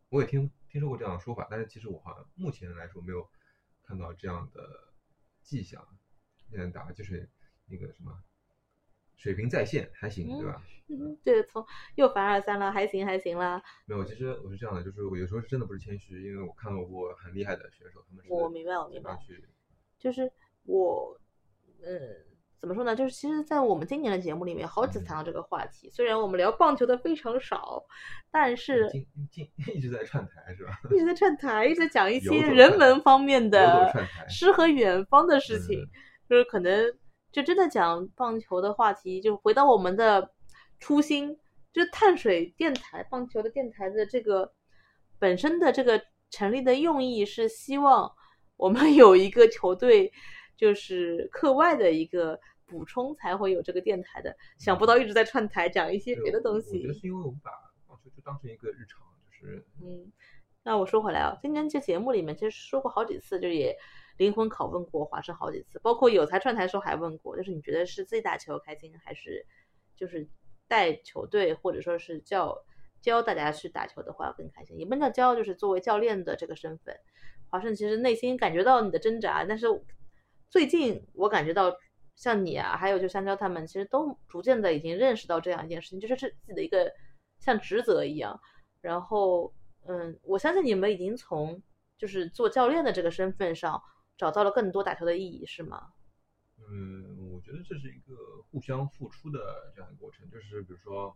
我也听说过这样的说法，但是其实我好像目前来说没有看到这样的迹象。现在打就是那个什么水平在线还行，对吧？ 对，从又凡尔赛了，还行啦。 没有，其实我是这样的，就是我有时候是真的不是谦虚，因为我看到过很厉害的选手，他们是我明白去就是我怎么说呢？就是其实，在我们今年的节目里面，好几次谈到这个话题。虽然我们聊棒球的非常少，但是一直在串台是吧？ 一直在串台，一直在讲一些人文方面的诗和远方的事情。就是可能就真的讲棒球的话题，就回到我们的初心，就是碳水电台棒球的电台的这个本身的这个成立的用意是希望我们有一个球队，就是课外的一个补充才会有这个电台的。想不到一直在串台讲一些别的东西。 我觉得是因为我们把棒球就当成一个日常，就是那我说回来啊，今天这节目里面其实说过好几次，就也灵魂拷问过华生好几次，包括有才串台的时候还问过，就是你觉得是自己打球开心，还是就是带球队或者说是教大家去打球的话更开心？也不能叫教，就是作为教练的这个身份，华生其实内心感觉到你的挣扎，但是最近我感觉到像你啊，还有就香蕉他们，其实都逐渐的已经认识到这样一件事情，就是自己的一个像职责一样。然后我相信你们已经从就是做教练的这个身份上找到了更多打球的意义，是吗？ 我觉得这是一个互相付出的这样一个过程，就是比如说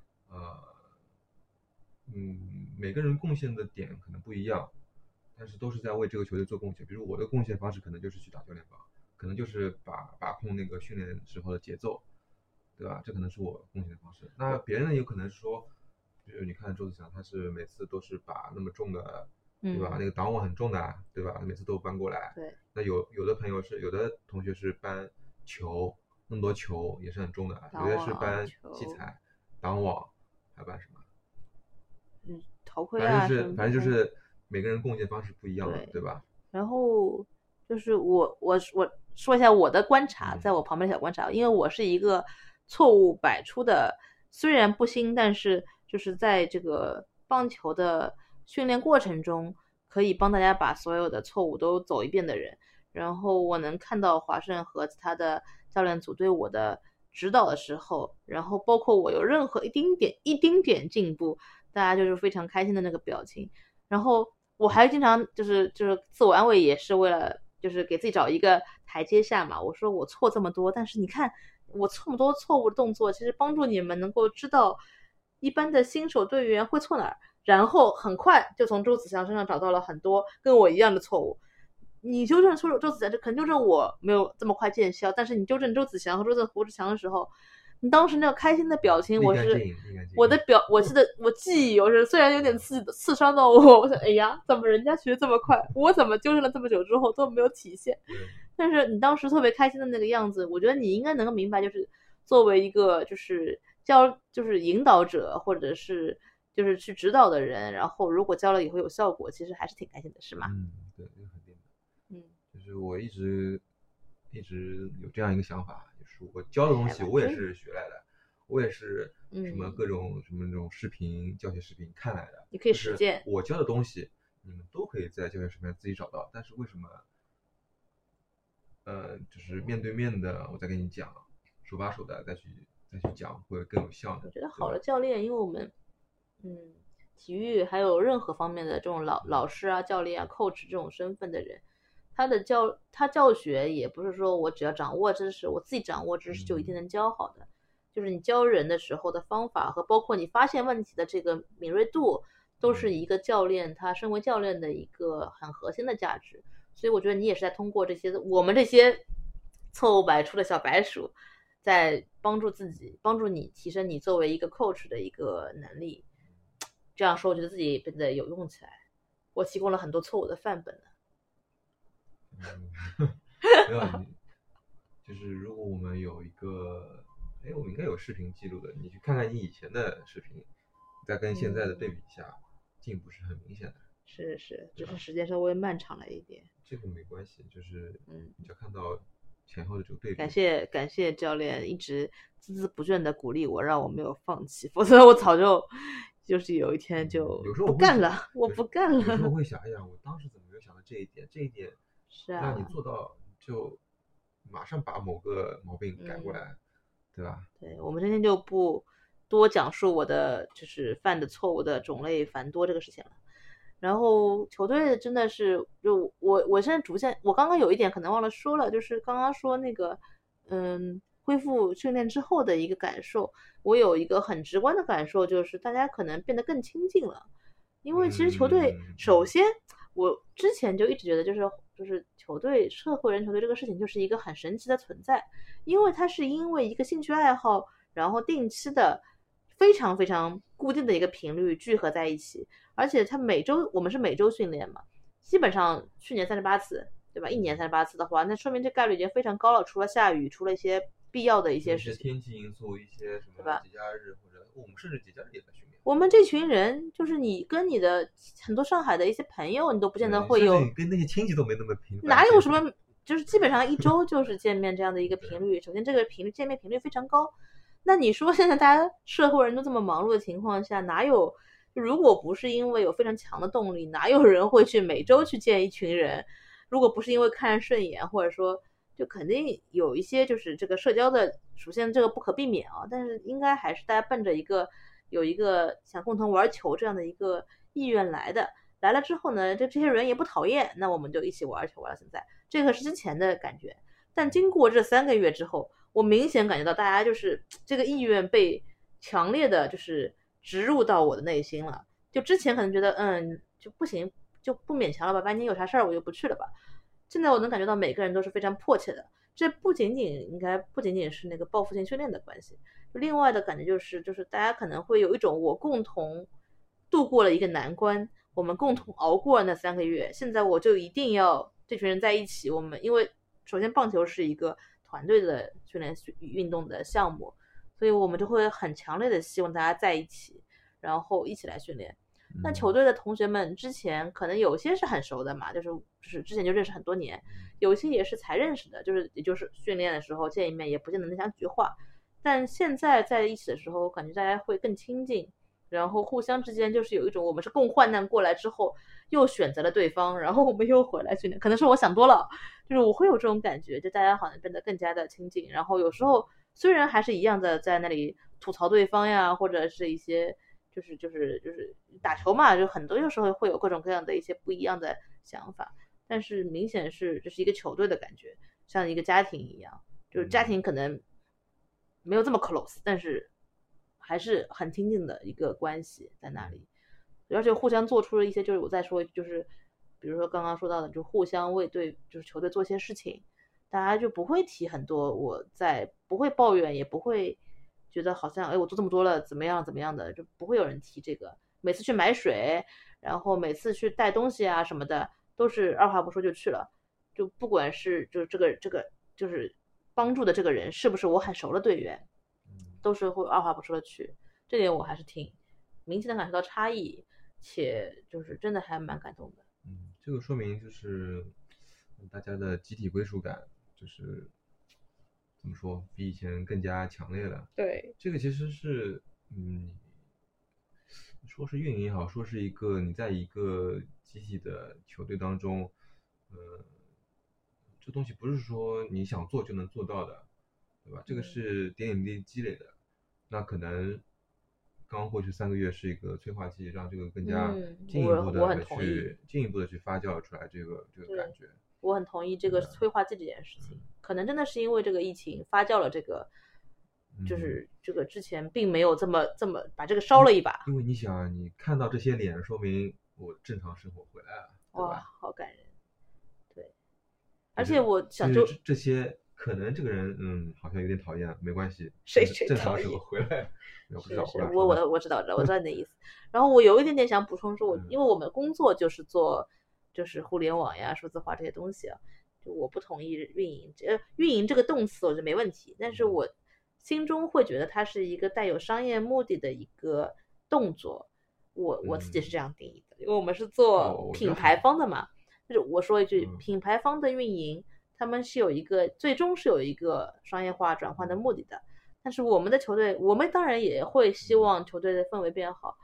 每个人贡献的点可能不一样，但是都是在为这个球队做贡献。比如我的贡献方式可能就是去打教练房，可能就是把控那个训练时候的节奏，对吧？这可能是我贡献的方式。那别人有可能是说，比如你看周子强，他是每次都是把那么重的，对吧？那个挡网很重的，对吧？每次都搬过来。 对。 那有的同学是搬球，那么多球也是很重的，有的是搬器材、挡网，还搬什么？ 头盔啊， 反正就是每个人贡献方式不一样的，对吧？ 然后就是我说一下我的观察，在我旁边的小观察，因为我是一个错误百出的，虽然不新，但是就是在这个棒球的训练过程中，可以帮大家把所有的错误都走一遍的人。然后我能看到华盛和他的教练组对我的指导的时候，然后包括我有任何一丁点进步，大家就是非常开心的那个表情。然后我还经常就是自我安慰，也是为了就是给自己找一个台阶下嘛。我说我错这么多，但是你看我这么多错误的动作，其实帮助你们能够知道一般的新手队员会错哪儿，然后很快就从周子祥身上找到了很多跟我一样的错误。你纠正周子祥，就可能纠正我没有这么快见效，但是你纠正周子祥和纠正胡志强的时候，你当时那个开心的表情，我记忆犹深，虽然有点刺伤到我，我说哎呀，怎么人家学这么快，我怎么纠正了这么久之后都没有体现？但是你当时特别开心的那个样子，我觉得你应该能够明白，就是作为一个就是引导者或者是就是去指导的人，然后如果教了以后有效果，其实还是挺开心的，是吗？ 对，这肯定的。就是我一直有这样一个想法，就是我教的东西我也是学来的，我也是什么各种什么那种视频教学视频看来的， 你可以实践。 我教的东西你们都可以在教学视频上自己找到，但是为什么就是面对面的我再跟你讲，手把手的再去讲会更有效呢？ 我觉得好的教练，因为我们体育还有任何方面的这种老师啊、教练啊、coach 这种身份的人，他教学也不是说我只要掌握知识，我自己掌握知识就一定能教好的，就是你教人的时候的方法和包括你发现问题的这个敏锐度，都是一个教练他身为教练的一个很核心的价值。所以我觉得你也是在通过我们这些错误百出的小白鼠，在帮助你提升你作为一个 coach 的一个能力。这样说我觉得自己变得有用起来，我提供了很多错误的范本没有，就是如果我们有一个我们应该有视频记录的，你去看看你以前的视频，再跟现在的对比一下，进步是很明显的。 是，只是时间稍微漫长了一点。 这个没关系，就是你就看到前后的这个对比。 感谢教练一直孜孜不倦的鼓励我，让我没有放弃，否则我早就就是有一天就有时候不干了，我不干有时候了。 会想，哎呀，我当时怎么没有想到这一点？这一点是啊让你做到，就马上把某个毛病改过来，对吧？ 对，我们今天就不多讲述我的就是犯的错误的种类繁多这个事情了。然后球队真的是，就我现在逐渐，我刚刚有一点可能忘了说了，就是刚刚说那个，恢复训练之后的一个感受，我有一个很直观的感受，就是大家可能变得更亲近了。因为其实球队，首先我之前就一直觉得，就是球队社会人球队这个事情就是一个很神奇的存在，因为它是因为一个兴趣爱好，然后定期的非常非常固定的一个频率聚合在一起，而且它我们是每周训练嘛，基本上去年38次，对吧？一年38次的话，那说明这概率已经非常高了。除了下雨，除了一些必要的一些事情， 天气因素，一些什么对吧节假日或者我们甚至节假日也在训练。 我们这群人，就是你跟你的很多上海的一些朋友，你都不见得会有， 跟那些亲戚都没那么频繁。 哪有什么，就是基本上一周就是见面这样的一个频率。首先，这个见面频率非常高。那你说现在大家社会人都这么忙碌的情况下，哪有？如果不是因为有非常强的动力，哪有人会去每周去见一群人？如果不是因为看顺眼，或者说就肯定有一些就是这个社交的，首先这个不可避免啊，但是应该还是大家奔着有一个想共同玩球这样的一个意愿来的。来了之后呢，这些人也不讨厌，那我们就一起玩球玩到现在。这个是之前的感觉，但经过这3个月之后，我明显感觉到大家就是这个意愿被强烈的就是植入到我的内心了。就之前可能觉得就不行，就不勉强了吧，半年有啥事儿我就不去了吧。现在我能感觉到每个人都是非常迫切的，这不仅仅是那个报复性训练的关系，另外的感觉就是大家可能会有一种我共同度过了一个难关，我们共同熬过了那3个月，现在我就一定要这群人在一起。我们因为首先棒球是一个团队的训练运动的项目，所以我们就会很强烈的希望大家在一起，然后一起来训练。那球队的同学们之前可能有些是很熟的嘛，就是之前就认识很多年，有些也是才认识的，也就是训练的时候见一面也不见得能讲几句话，但现在在一起的时候，感觉大家会更亲近，然后互相之间就是有一种我们是共患难过来之后又选择了对方，然后我们又回来训练。可能是我想多了，就是我会有这种感觉，就大家好像变得更加的亲近，然后有时候虽然还是一样的在那里吐槽对方呀，或者是一些就是打球嘛，就很多有时候会有各种各样的一些不一样的想法，但是明显是这是一个球队的感觉，像一个家庭一样，就是家庭可能没有这么 close， 但是还是很亲近的一个关系在那里，而且互相做出了一些，就是我再说就是比如说刚刚说到的，就互相为就是球队做些事情，大家就不会提很多，不会抱怨，也不会觉得好像我做这么多了怎么样怎么样的，就不会有人提这个。每次去买水，然后每次去带东西啊什么的，都是二话不说就去了，就不管是就这个就是帮助的这个人是不是我很熟的队员，都是会二话不说的去。这点我还是挺明显的感受到差异，且就是真的还蛮感动的。 这个说明就是大家的集体归属感就是怎么说，比以前更加强烈了。 对， 这个其实是说是运营也好，说是你在一个集体的球队当中，这东西不是说你想做就能做到的，对吧？这个是点点滴滴积累的。那可能刚过去3个月是一个催化剂，让这个更加进一步的去发酵出来这个感觉。 我很同意这个催化剂这件事情，可能真的是因为这个疫情发酵了这个。就是这个之前并没有这么把这个烧了一把， 因为你想，你看到这些脸，说明我正常生活回来了，对吧？ 哇，好感人。对，而且我想这些可能这个人好像有点讨厌，没关系， 谁正常时候回来，我知道你的意思。然后我有一点点想补充说，因为我们工作就是做互联网呀、数字化这些东西啊，就我不同意运营。运营这个动词我觉得没问题，但是我心中会觉得它是一个带有商业目的的一个动作，我自己是这样定义的，因为我们是做品牌方的嘛。就是我说一句，品牌方的运营，他们是最终是有一个商业化转换的目的的。但是我们的球队，我们当然也会希望球队的氛围变好，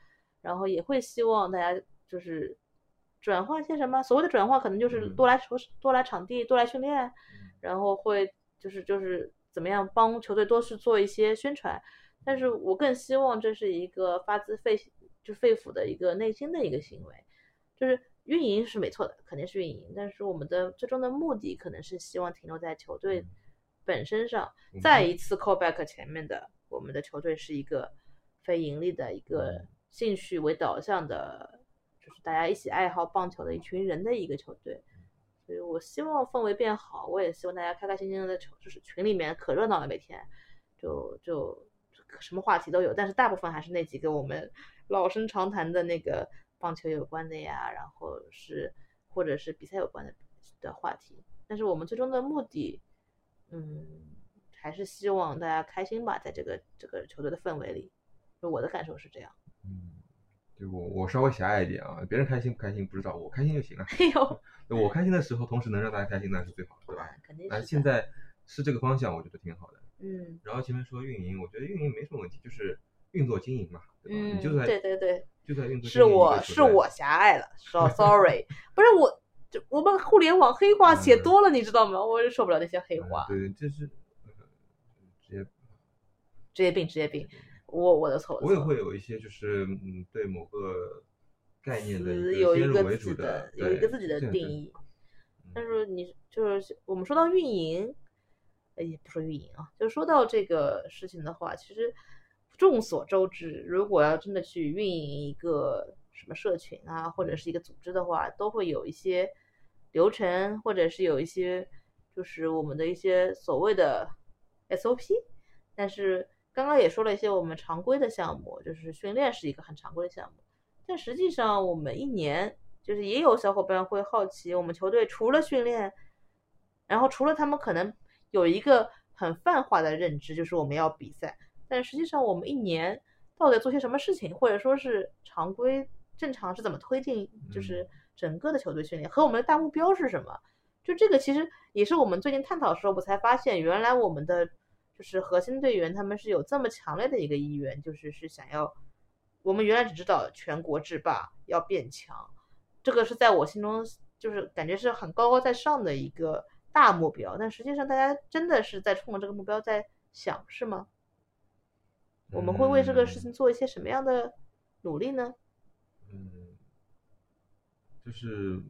然后也会希望大家就是转化一些什么，所谓的转化可能就是多来场地，多来训练，然后会就是怎么样帮球队多去做一些宣传。但是我更希望这是一个发自肺腑的一个内心的一个行为，就是运营是没错的，肯定是运营，但是我们的最终的目的可能是希望停留在球队本身上。再一次 call back 前面的，我们的球队是一个非盈利的一个兴趣为导向的，就是大家一起爱好棒球的一群人的一个球队。所以我希望氛围变好，我也希望大家开开心心的就是群里面可热闹了，每天就什么话题都有，但是大部分还是那几个我们老生常谈的那个棒球有关的呀，然后或者是比赛有关的话题。但是我们最终的目的，还是希望大家开心吧，在这个球队的氛围里，就我的感受是这样。 对我稍微狭隘一点啊，别人开心不开心不知道，我开心就行了。 哎呦， 我开心的时候，同时能让大家开心，那是最好的，对吧？ 肯定是。 那现在是这个方向，我觉得挺好的。 嗯。 然后前面说运营，我觉得运营没什么问题，就是运作经营嘛，对吧？你就在对， 就在运作经营。 是我狭隘了，说 sorry， 不是我们互联网黑话写多了，你知道吗？我受不了那些黑话。 对，这是职业病。我的错。 我也会有一些就是对某个概念的有一个先入为主的有一个自己的定义。但是你就是我们说到运营，也不说运营啊，就说到这个事情的话，其实众所周知，如果要真的去运营一个什么社群啊，或者是一个组织的话，都会有一些流程，或者是有一些就是我们的一些所谓的 SOP。但是刚刚也说了一些我们常规的项目，就是训练是一个很常规的项目，但实际上我们一年就是也有小伙伴会好奇，我们球队除了训练，然后除了他们可能有一个很泛化的认知，就是我们要比赛，但实际上我们一年到底做些什么事情，或者说是常规正常是怎么推进，就是整个的球队训练和我们的大目标是什么？就这个其实也是我们最近探讨的时候，我才发现原来我们的就是核心队员他们是有这么强烈的一个意愿，就是想要，我们原来只知道全国制霸要变强，这个是在我心中就是感觉是很高高在上的一个大目标，但实际上大家真的是在冲着这个目标在想，是吗？我们会为这个事情做一些什么样的努力呢？ 就是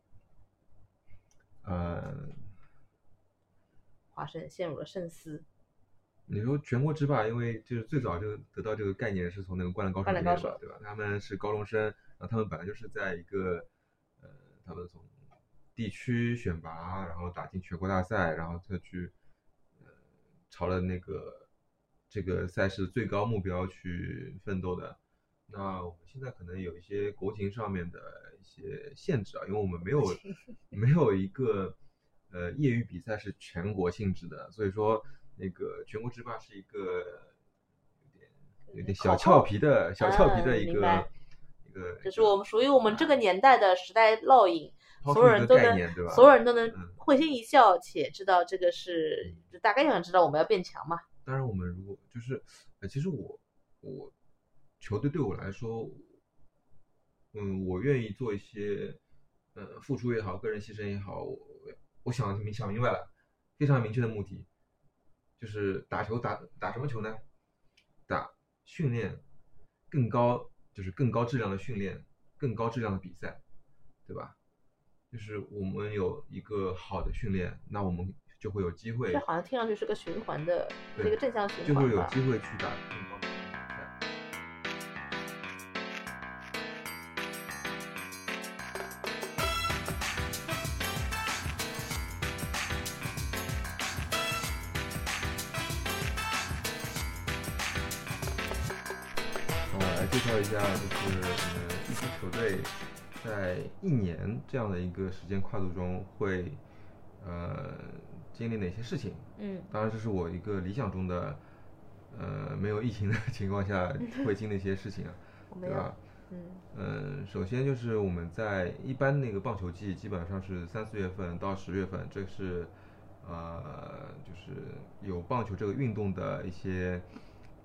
华生陷入了深思。 你说全国制霸，因为就是最早就得到这个概念是从那个《灌篮高手》里面吧，对吧？他们是高中生，然后他们本来就是在一个他们从地区选拔，然后打进全国大赛，然后再去朝了那个这个赛事最高目标去奋斗的。那我们现在可能有一些国情上面的一些限制啊，因为我们没有一个业余比赛是全国性质的，所以说那个全国制霸是一个有点小俏皮的一个这是我们属于我们这个年代的时代烙印，所有人都能会心一笑，且知道这个是大概想知道我们要变强嘛。 当然我们如果就是其实我球队对我来说，我愿意做一些付出也好，个人牺牲也好，我想明白了，非常明确的目的，就是打球打什么球呢？打训练更高质量的训练，更高质量的比赛，对吧？就是我们有一个好的训练，那我们就会有机会。 这好像听上去是个循环的，是一个正向循环， 就会有机会去打更高的比赛。介绍一下，就是一支球队在一年这样的一个时间跨度中会经历哪些事情。当然这是我一个理想中的没有疫情的情况下会经历一些事情啊，对吧？首先就是我们在一般那个棒球季基本上是3、4月份到10月份，这是就是有棒球这个运动的一些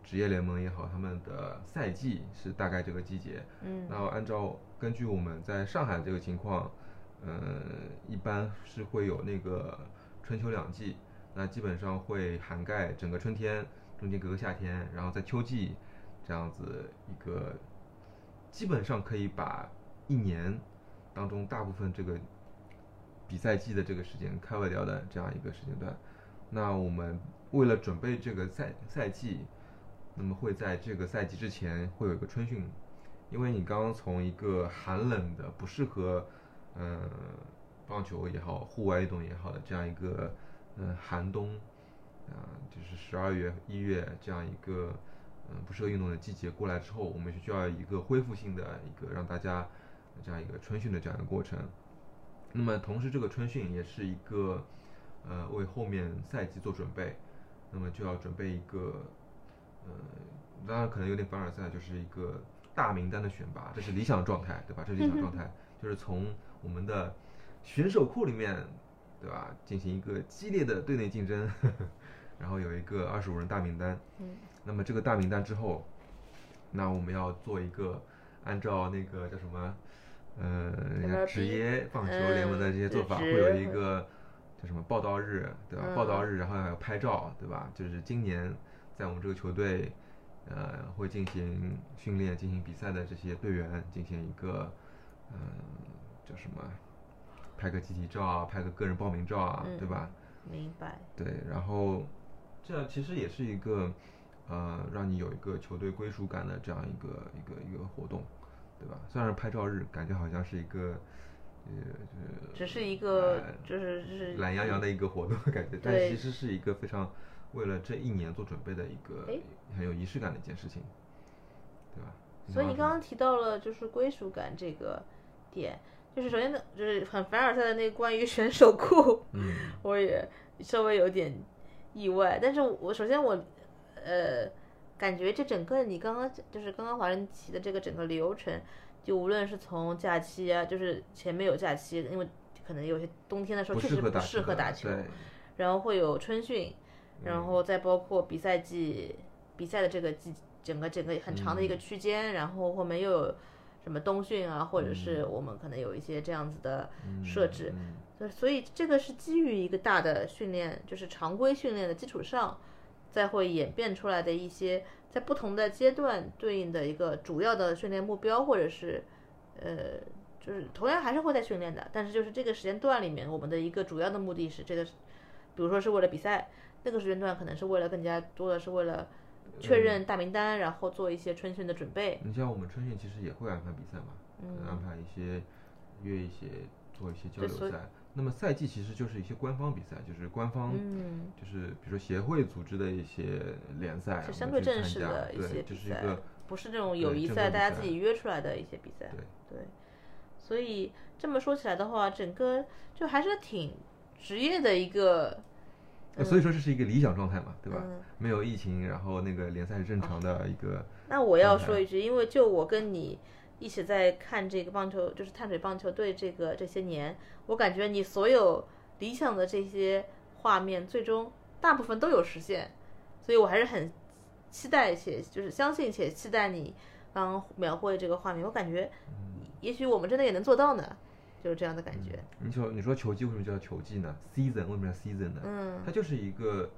职业联盟也好，他们的赛季是大概这个季节。那根据我们在上海这个情况，一般是会有那个春秋两季，那基本上会涵盖整个春天，中间隔个夏天，然后在秋季这样子一个，基本上可以把一年当中大部分这个比赛季的这个时间cover掉的这样一个时间段。那我们为了准备这个赛季，那么会在这个赛季之前会有一个春训，因为你刚刚从一个寒冷的不适合棒球也好，户外运动也好的这样一个寒冬就是12月、1月这样一个不适合运动的季节过来之后，我们是需要一个恢复性的一个让大家这样一个春训的这样一个过程。那么同时这个春训也是一个为后面赛季做准备，那么就要准备一个当然可能有点凡尔赛，就是一个大名单的选拔，这是理想状态，对吧？这是理想状态，就是从我们的选手库里面，对吧，进行一个激烈的队内竞争，然后有一个25人大名单。那么这个大名单之后，那我们要做一个按照那个叫什么职业棒球联盟的这些做法，会有一个叫什么报道日，对吧？报道日，然后还要拍照，对吧？就是今年在我们这个球队会进行训练、进行比赛的这些队员进行一个叫什么，拍个集体照啊，拍个个人报名照啊，对吧？ 明白。 对，然后这样其实也是一个让你有一个球队归属感的这样一个活动，对吧？虽然拍照日感觉好像是一个只是一个就是懒洋洋的一个活动感觉，但其实是一个非常为了这一年做准备的一个很有仪式感的一件事情，对吧？ 所以你刚刚提到了就是归属感这个点，就是首先呢，就是很凡尔赛的那个关于选手库，我也稍微有点意外。但是我首先感觉这整个你刚刚华人提的这个整个流程，就无论是从假期啊，就是前面有假期，因为可能有些冬天的时候确实不适合打球，然后会有春训，然后再包括比赛的这个整个很长的一个区间，然后后面又有什么冬训啊，或者是我们可能有一些这样子的设置，所以这个是基于一个大的训练，就是常规训练的基础上，再会演变出来的一些在不同的阶段对应的一个主要的训练目标，或者是就是同样还是会在训练的，但是就是这个时间段里面，我们的一个主要的目的是这个，比如说是为了比赛，那个时间段可能是为了更加多的是为了确认大名单，然后做一些春训的准备。 你像我们春训其实也会安排比赛嘛，安排约一些做一些交流赛。那么赛季其实就是一些官方比赛，就是官方就是比如说协会组织的一些联赛， 是相对正式的一些比赛，不是这种友谊赛，大家自己约出来的一些比赛。对，所以这么说起来的话，整个就还是挺职业的一个。 所以说这是一个理想状态嘛，对吧？没有疫情，然后那个联赛是正常的一个。 那我要说一句，因为就我跟你一起在看这个棒球，就是碳水棒球队这些年，我感觉你所有理想的这些画面，最终大部分都有实现，所以我还是很期待且就是相信且期待你刚刚描绘这个画面，我感觉也许我们真的也能做到呢。就是这样的感觉。 你说球季为什么叫球季呢 ？Season 为什么叫 season 呢？它就是一个，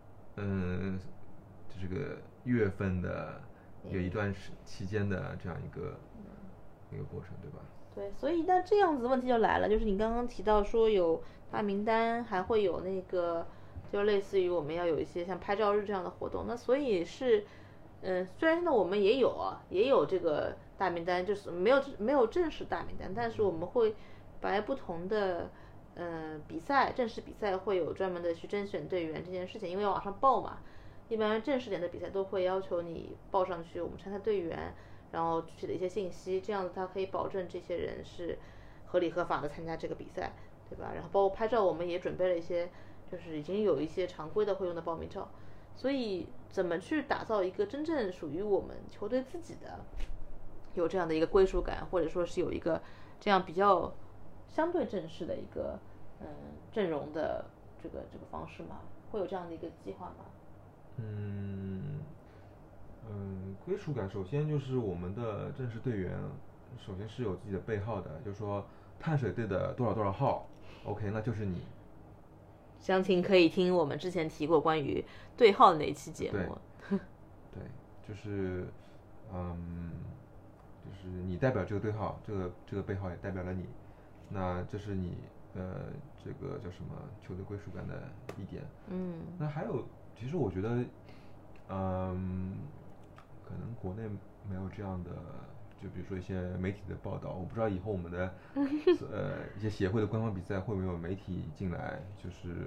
这个月份的有一段期间的这样一个过程，对吧？ 对，所以那这样子问题就来了，就是你刚刚提到说有大名单，还会有那个，就类似于我们要有一些像拍照日这样的活动，那所以是，虽然现在我们也有这个大名单，就是没有正式大名单，但是我们会把不同的正式比赛会有专门的去甄选队员这件事情，因为要往上报嘛，一般正式点的比赛都会要求你报上去我们参赛队员，然后具体的一些信息，这样子它可以保证这些人是合理合法的参加这个比赛，对吧？然后包括拍照，我们也准备了一些，就是已经有一些常规的会用的报名照，所以怎么去打造一个真正属于我们球队自己的有这样的一个归属感，或者说是有一个这样比较相对正式的一个阵容的这个方式吗？会有这样的一个计划吗？ 归属感首先就是我们的正式队员，首先是有自己的背号的，就是说碳水队的多少多少号 ，OK， 那就是你。 详情可以听我们之前提过关于对号的那一期节目。 对，就是就是你代表这个对号，这个背号也代表了你，那这是你这个叫什么球队归属感的一点。那还有，其实我觉得，可能国内没有这样的，就比如说一些媒体的报道，我不知道以后我们的一些协会的官方比赛会不会有媒体进来，就是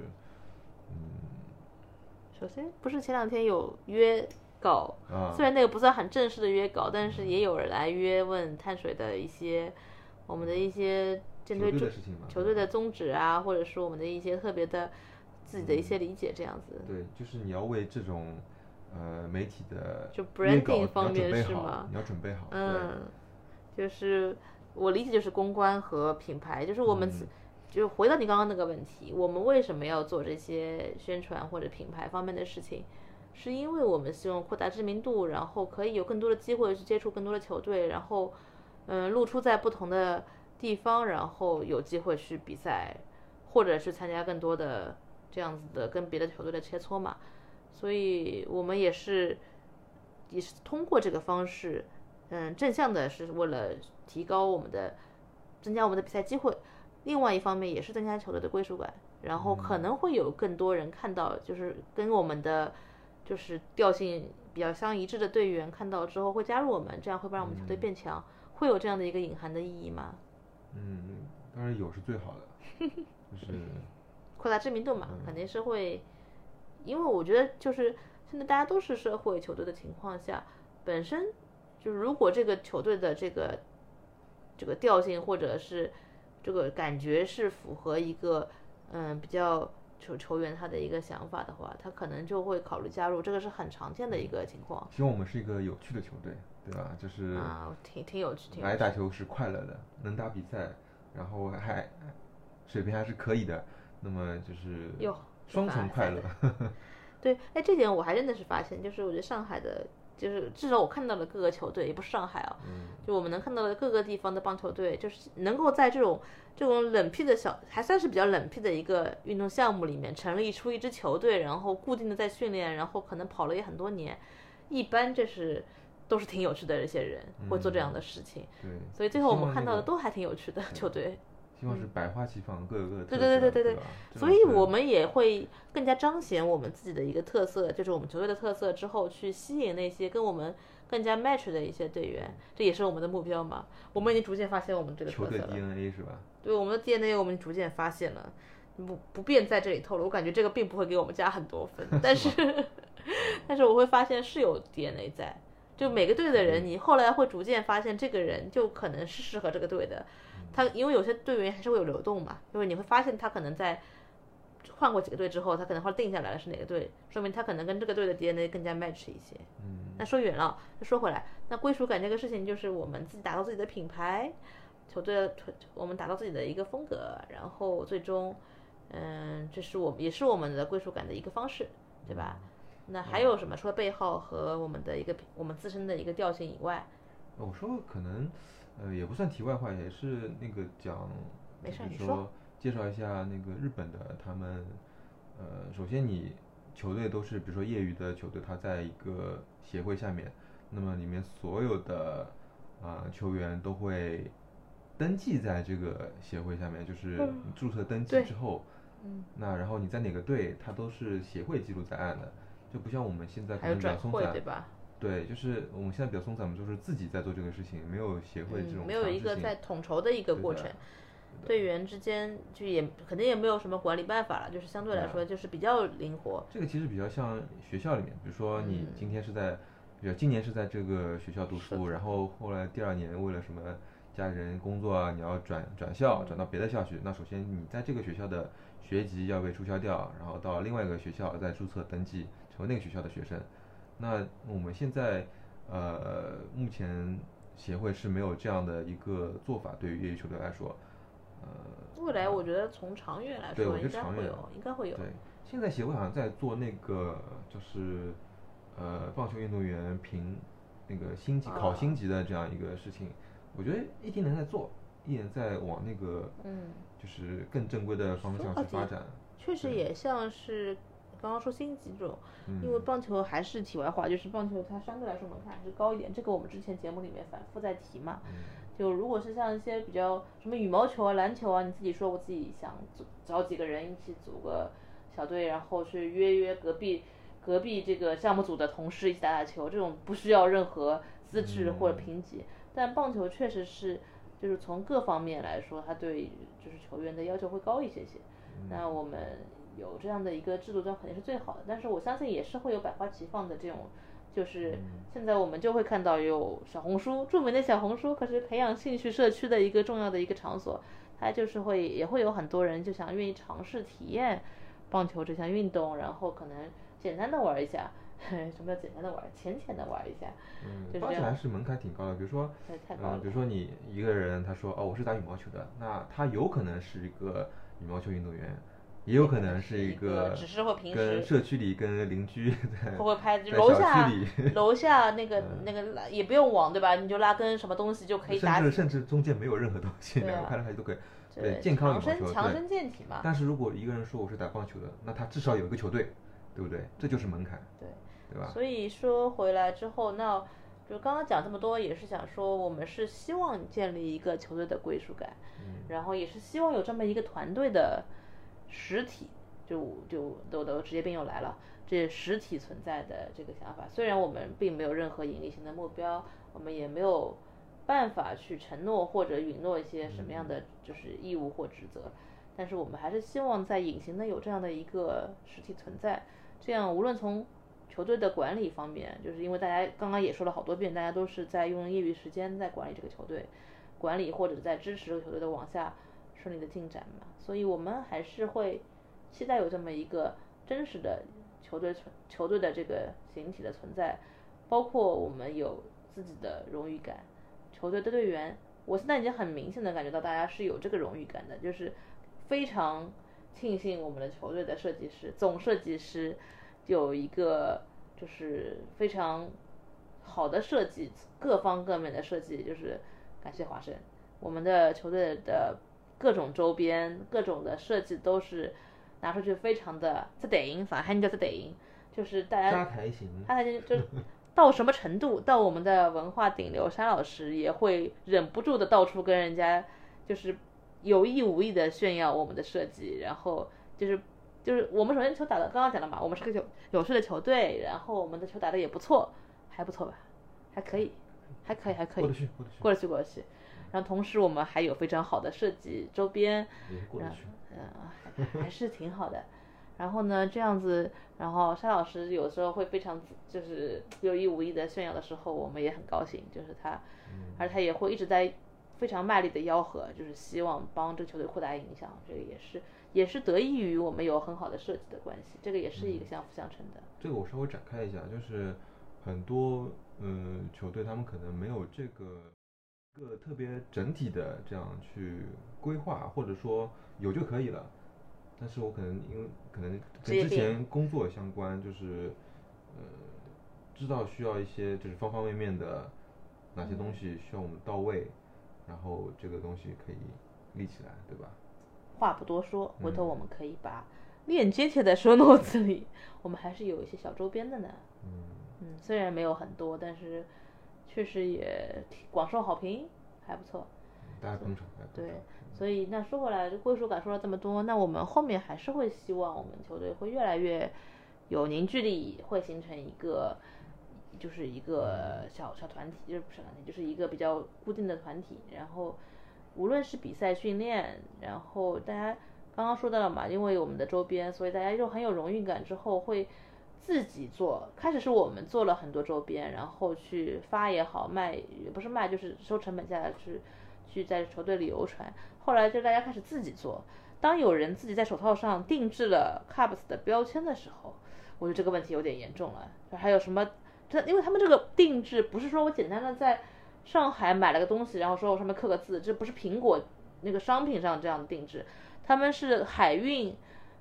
首先不是前2天有约稿，虽然那个不算很正式的约稿，但是也有人来约问碳水的一些我们的一些针对球队的宗旨啊，或者是我们的一些特别的自己的一些理解这样子。 对，就是你要为这种媒体的就 branding 方面是吗？ 你要准备好。 就是我理解就是公关和品牌，就是我们就回到你刚刚那个问题，我们为什么要做这些宣传或者品牌方面的事情？是因为我们希望扩大知名度，然后可以有更多的机会去接触更多的球队，然后露出在不同的地方，然后有机会去比赛，或者是参加更多的这样子的跟别的球队的切磋嘛。所以我们也是通过这个方式，正向的是为了提高我们的增加我们的比赛机会，另外一方面也是增加球队的归属感，然后可能会有更多人看到，就是跟我们的就是调性比较相一致的队员看到之后会加入我们，这样会让我们球队变强，会有这样的一个隐含的意义吗？ 当然有是最好的，就是扩大知名度嘛，肯定是会，因为我觉得就是现在大家都是社会球队的情况下，本身就是如果这个球队的这个调性或者是这个感觉是符合一个比较球员他的一个想法的话，他可能就会考虑加入，这个是很常见的一个情况。 希望我们是一个有趣的球队，对吧？就是挺有趣， 来打球是快乐的，能打比赛，然后还水平还是可以的，那么就是双重快乐。 对，这点我还真的是发现，就是我觉得上海的，就是至少我看到的各个球队，也不是上海啊，就我们能看到的各个地方的棒球队，就是能够在这种冷僻的还算是比较冷僻的一个运动项目里面成立出一支球队，然后固定的在训练，然后可能跑了也很多年，一般都是挺有趣的这些人会做这样的事情。 对， 所以最后我们看到的都还挺有趣的球队。 希望是百花齐放，各有各的特色。对，所以我们也会更加彰显我们自己的一个特色，就是我们球队的特色之后，去吸引那些跟我们更加 match 的一些队员，这也是我们的目标嘛。我们已经逐渐发现我们这个特色了。 球队 DNA 是吧？ 对，我们的 DNA 我们逐渐发现了，不便在这里透露。我感觉这个并不会给我们加很多分，但是我会发现是有 DNA 在。就每个队的人，你后来会逐渐发现这个人就可能是适合这个队的。他因为有些队员还是会有流动嘛，因为你会发现他可能在换过几个队之后，他可能会定下来了是哪个队，说明他可能跟这个队的 DNA 更加 match 一些。那说远了，说回来，那归属感这个事情就是我们自己打造自己的品牌，球队我们打造自己的一个风格，然后最终，这是也是我们的归属感的一个方式，对吧？那还有什么？除了背号和我们自身的一个调性以外， 我说可能。也不算题外话，也是那个讲， 没事， 比如说介绍一下那个日本的他们，首先你球队都是比如说业余的球队，他在一个协会下面，那么里面所有的球员都会登记在这个协会下面，就是注册登记之后，那然后你在哪个队，它都是协会记录在案的，就不像我们现在可能比较松散， 对吧？ 对，就是我们现在比较松散，我们就是自己在做这个事情，没有协会这种没有一个在统筹的一个过程，队员之间就肯定也没有什么管理办法了，就是相对来说就是比较灵活。 这个其实比较像学校里面，比如说你今年是在这个学校读书，然后后来第2年为了什么家人工作啊，你要转校转到别的校去，那首先你在这个学校的学籍要被注销掉，然后到另外一个学校再注册登记成为那个学校的学生。那我们现在目前协会是没有这样的一个做法，对于业余球队来说， 未来我觉得从长远来说，应该会有。 对，现在协会好像在做那个就是棒球运动员评那个星级考星级的这样一个事情，我觉得一定能在做，一定在往那个就是更正规的方向去发展。 确实也像是刚刚说星级这种，因为棒球还是题外话，就是棒球它相对来说门槛还是高一点，这个我们之前节目里面反复在提嘛。就如果是像一些比较什么羽毛球啊、篮球啊，你自己说我自己想找几个人一起组个小队，然后去约隔壁这个项目组的同事一起打球，这种不需要任何资质或者评级。但棒球确实是，就是从各方面来说，它对就是球员的要求会高一些。那我们有这样的一个制度，这肯定是最好的。但是我相信也是会有百花齐放的这种。就是现在我们就会看到有小红书，著名的小红书可是培养兴趣社区的一个重要的一个场所，它就是也会有很多人就想愿意尝试体验棒球这项运动，然后可能简单的玩一下。什么叫简单的玩？浅浅的玩一下。 发起来是门槛挺高的，比如说，比如说你一个人他说我是打羽毛球的，那他有可能是一个羽毛球运动员。也有可能是一个只是会平时跟社区里跟邻居会拍在楼下那个也不用网对吧？你就拉根什么东西就可以打， 甚至中间没有任何东西，两个拍来拍去都可以。对，健康羽毛球， 强身健体嘛。 但是如果一个人说我是打棒球的，那他至少有一个球队，对不对？这就是门槛，对吧？ 所以说回来之后，那就刚刚讲这么多，也是想说我们是希望建立一个球队的归属感，然后也是希望有这么一个团队的实体，就都直接并用来了，这实体存在的这个想法。虽然我们并没有任何盈利性的目标，我们也没有办法去承诺或者允诺一些什么样的就是义务或职责，但是我们还是希望在隐形的有这样的一个实体存在。这样无论从球队的管理方面，就是因为大家刚刚也说了好多遍，大家都是在用业余时间在管理这个球队，管理或者在支持这个球队的往下顺利的进展嘛，所以我们还是会期待有这么一个真实的球队的这个形体的存在，包括我们有自己的荣誉感，球队的队员，我现在已经很明显的感觉到大家是有这个荣誉感的，就是非常庆幸我们的球队的设计师总设计师有一个就是非常好的设计，各方各面的设计，就是感谢华生，我们的球队的各种周边各种的设计都是拿出去非常的在顶，上海叫在顶，就是大家扎台型， 就是到什么程度，到我们的文化顶流沙老师也会忍不住的到处跟人家就是有意无意的炫耀我们的设计，然后就是我们首先球打的刚刚讲了嘛，我们是个有势的球队，然后我们的球打的也不错，还不错吧，还可以过得去。然后同时我们还有非常好的设计周边，还是挺好的。然后呢，这样子，然后沙老师有时候会非常就是有意无意的炫耀的时候，我们也很高兴，就是他，而他也会一直在非常卖力的吆喝，就是希望帮这个球队扩大影响。这个也是得益于我们有很好的设计的关系，这个也是一个相辅相成的。 这个我稍微展开一下，就是很多球队他们可能没有这个特别整体的这样去规划，或者说有就可以了。但是我可能跟之前工作相关，就是知道需要一些就是方方面面的哪些东西需要我们到位，然后这个东西可以立起来，对吧？ 话不多说，回头我们可以把链接贴在show notes里，我们还是有一些小周边的呢。虽然没有很多，但是确实也广受好评，还不错。 大家捧场。 对，所以那说回来，归属感说了这么多，那我们后面还是会希望我们球队会越来越有凝聚力，会形成一个就是一个小团体，就是不是团体，就是一个比较固定的团体。然后无论是比赛训练，然后大家刚刚说到了嘛，因为我们的周边，所以大家就很有荣誉感，之后会自己做。开始是我们做了很多周边，然后去发也好，卖也不是卖，就是收成本下来去在球队里流传。后来就大家开始自己做，当有人自己在手套上定制了 Cubs 的标签的时候，我觉得这个问题有点严重了。还有什么，因为他们这个定制不是说我简单的在上海买了个东西，然后说我上面刻个字，这不是苹果那个商品上这样的定制，他们是海运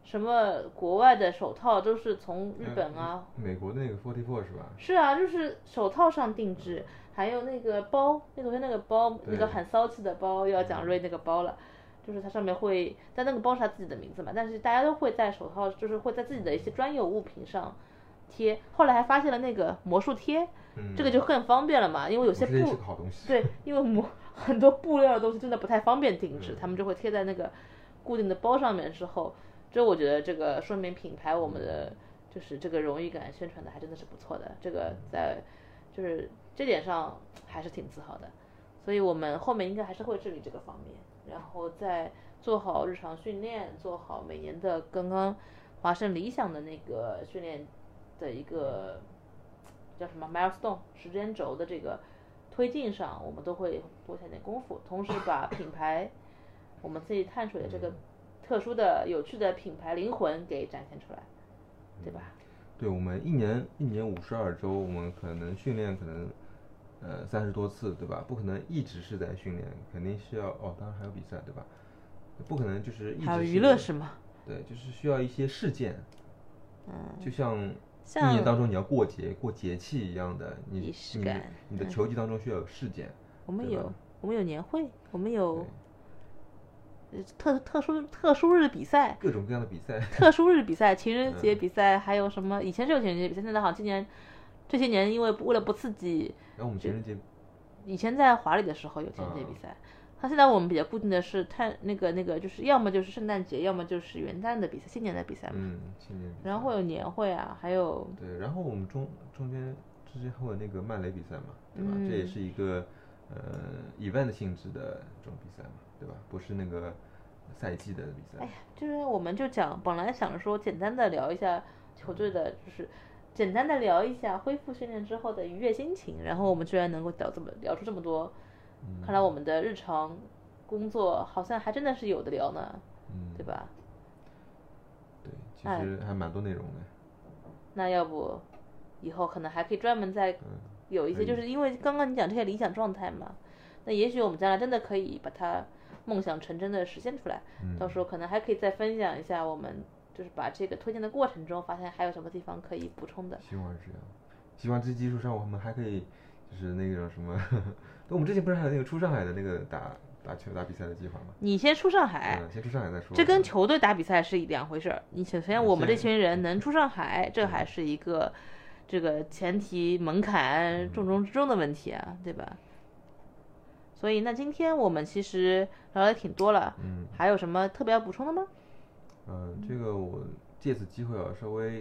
什么国外的手套都是从日本啊， 美国的那个 44是吧？ 是啊，就是手套上定制，还有那个包，那昨天那个包，那个很骚气的包，又要讲瑞那个包了。就是它上面会，但那个包是他自己的名字嘛，但是大家都会在手套，就是会在自己的一些专有物品上贴。后来还发现了那个魔术贴，这个就更方便了嘛，因为有些是个好东西。 对，因为很多布料的东西真的不太方便定制，他们就会贴在那个固定的包上面之后，这我觉得这个说明品牌我们的就是这个荣誉感宣传的还真的是不错的，这个在就是这点上还是挺自豪的，所以我们后面应该还是会致力这个方面。然后再做好日常训练，做好每年的刚刚华盛理想的那个训练的一个叫什么 milestone 时间轴的这个推进上，我们都会多下点功夫，同时把品牌我们自己探索的这个特殊的有趣的品牌灵魂给展现出来，对吧？ 对，我们一年52周，我们可能训练可能30多次，对吧？不可能一直是在训练，肯定是要当然还有比赛，对吧？不可能就是一直还有娱乐是吗？ 对，就是需要一些事件，就像一年当中你要过节气一样的， 仪式感， 你的球技当中需要有事件。 我们有年会，我们有特殊日比赛， 各种各样的比赛， 特殊日比赛，情人节比赛，还有什么？以前是有情人节比赛，现在好像这些年因为为了不刺激， 然后我们情人节以前在华里的时候有情人节比赛，它现在我们比较固定的是那个就是要么就是圣诞节，要么就是元旦的比赛，新年的比赛嘛。 新年。 然后会有年会啊，还有对，然后我们中间之间还有那个曼雷比赛嘛，对吧？这也是一个event 性质的这种比赛嘛，对吧？不是那个赛季的比赛。 哎呀，就是我们就讲，本来想说简单的聊一下球队的，就是简单的聊一下恢复训练之后的愉悦心情，然后我们居然能够聊出这么多，看来我们的日常工作好像还真的是有的聊呢，对吧？ 对，其实还蛮多内容的。 那要不以后可能还可以专门再有一些，就是因为刚刚你讲这些理想状态嘛，那也许我们将来真的可以把它梦想成真的实现出来，到时候可能还可以再分享一下我们就是把这个推荐的过程中发现还有什么地方可以补充的。 希望是这样，希望这基础上我们还可以就是那种什么我们之前不是还有那个出上海的那个打比赛的计划吗？ 你先出上海， 先出上海再说。 这跟球队打比赛是两回事儿。你首先我们这群人能出上海，这还是一个这个前提门槛重中之重的问题啊，对吧？所以那今天我们其实聊的挺多了，还有什么特别要补充的吗？ 这个我借此机会稍微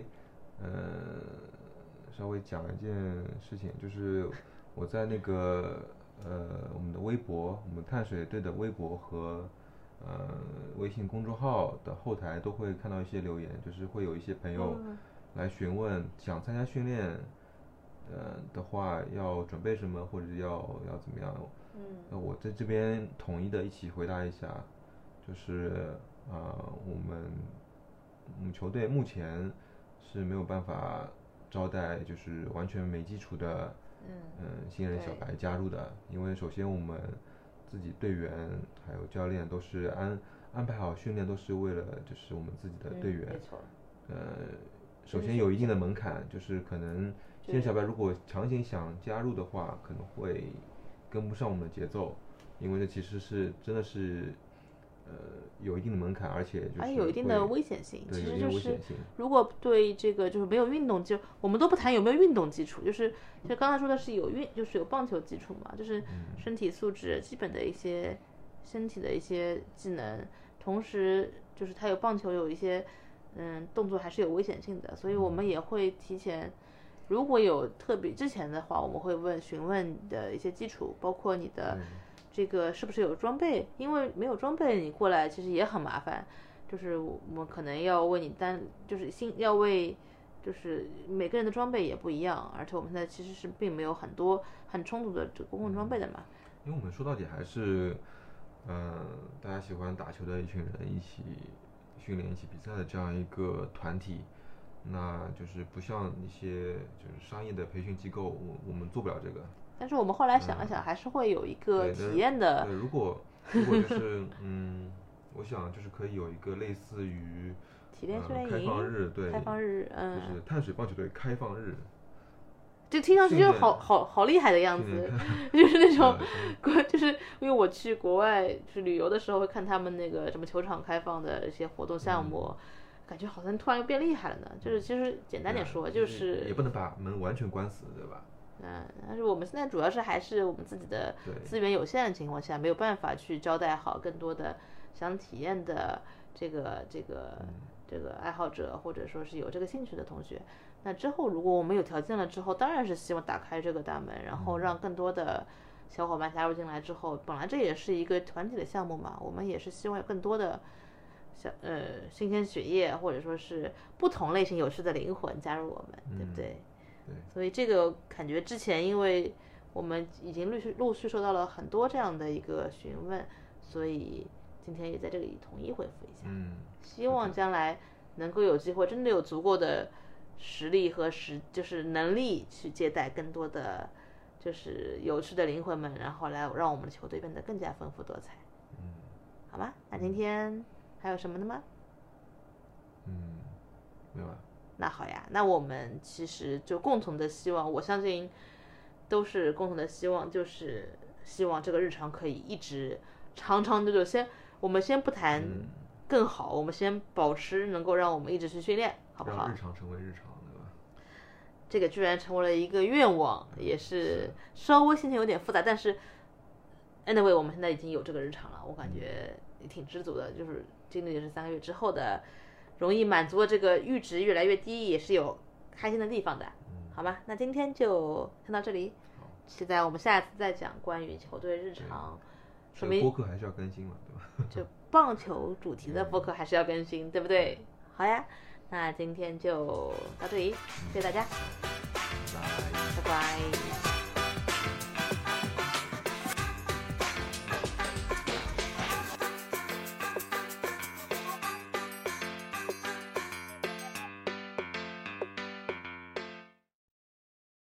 讲一件事情，就是我在那个我们的微博，我们碳水队的微博和微信公众号的后台都会看到一些留言，就是会有一些朋友来询问想参加训练的话要准备什么，或者要怎么样。那我在这边统一的一起回答一下，就是我们球队目前是没有办法招待就是完全没基础的新人小白加入的，因为首先我们自己队员还有教练都是安排好训练，都是为了就是我们自己的队员。 没错。 首先有一定的门槛，就是可能新人小白如果强行想加入的话，可能会跟不上我们的节奏，因为这其实是真的是有一定的门槛，而且就是还有一定的危险性。 对， 其实就是如果果对这个就是没有运动基础，我们都不谈有没有运动基础，就是刚才说的是就是有棒球基础嘛，就是身体素质基本的一些身体的一些技能，同时就是他有棒球有一些动作还是有危险性的，所以我们也会提前，如果有特别之前的话，我们会询问你的一些基础，包括你的这个是不是有装备，因为没有装备你过来其实也很麻烦，就是我们可能要为你要为就是每个人的装备也不一样，而且我们现在其实是并没有很充足的这个公共装备的嘛。 因为我们说到底还是大家喜欢打球的一群人一起训练一起比赛的这样一个团体，那就是不像一些就是商业的培训机构，我们做不了这个。 但是我们后来想了想，还是会有一个体验的。 对，如果就是我想就是可以有一个类似于提炼训练营、 开放日，对， 开放日， 就是碳水棒球队开放日。 就听上去就好厉害的样子，就是那种，就是因为我去国外去旅游的时候，会看他们那个什么球场开放的一些活动项目，感觉好像突然又变厉害了呢。就是其实简单点说，就是也不能把门完全关死，对吧？ 但是我们现在主要是还是我们自己的资源有限的情况下，没有办法去招待好更多的想体验的这个爱好者，或者说是有这个兴趣的同学。那之后如果我们有条件了之后，当然是希望打开这个大门，然后让更多的小伙伴加入进来之后，本来这也是一个团体的项目嘛，我们也是希望有更多的新鲜血液，或者说是不同类型有趣的灵魂加入我们，对不对？ 对。 所以这个感觉之前，因为我们已经陆续收到了很多这样的一个询问，所以今天也在这里统一回复一下。希望将来能够有机会，真的有足够的实力和就是能力去接待更多的就是有趣的灵魂们，然后来让我们的球队变得更加丰富多彩。好吧，那今天还有什么的吗？ 没有了。 那好呀，那我们其实就共同的希望，我相信都是共同的希望，就是希望这个日常可以一直长长久久。我们先不谈更好，我们先保持能够让我们一直去训练，好不好？ 让日常成为日常，对吧？ 这个居然成为了一个愿望，也是稍微心情有点复杂，但是 anyway 我们现在已经有这个日常了，我感觉也挺知足的，就是经历的是3个月之后的容易满足的这个阈值越来越低，也是有开心的地方的，好吧？那今天就先到这里，期待我们下次再讲关于球队日常。说明播客还是要更新嘛，对吧？ 就棒球主题的播客还是要更新，对不对？好呀，那今天就到这里，谢谢大家，拜拜。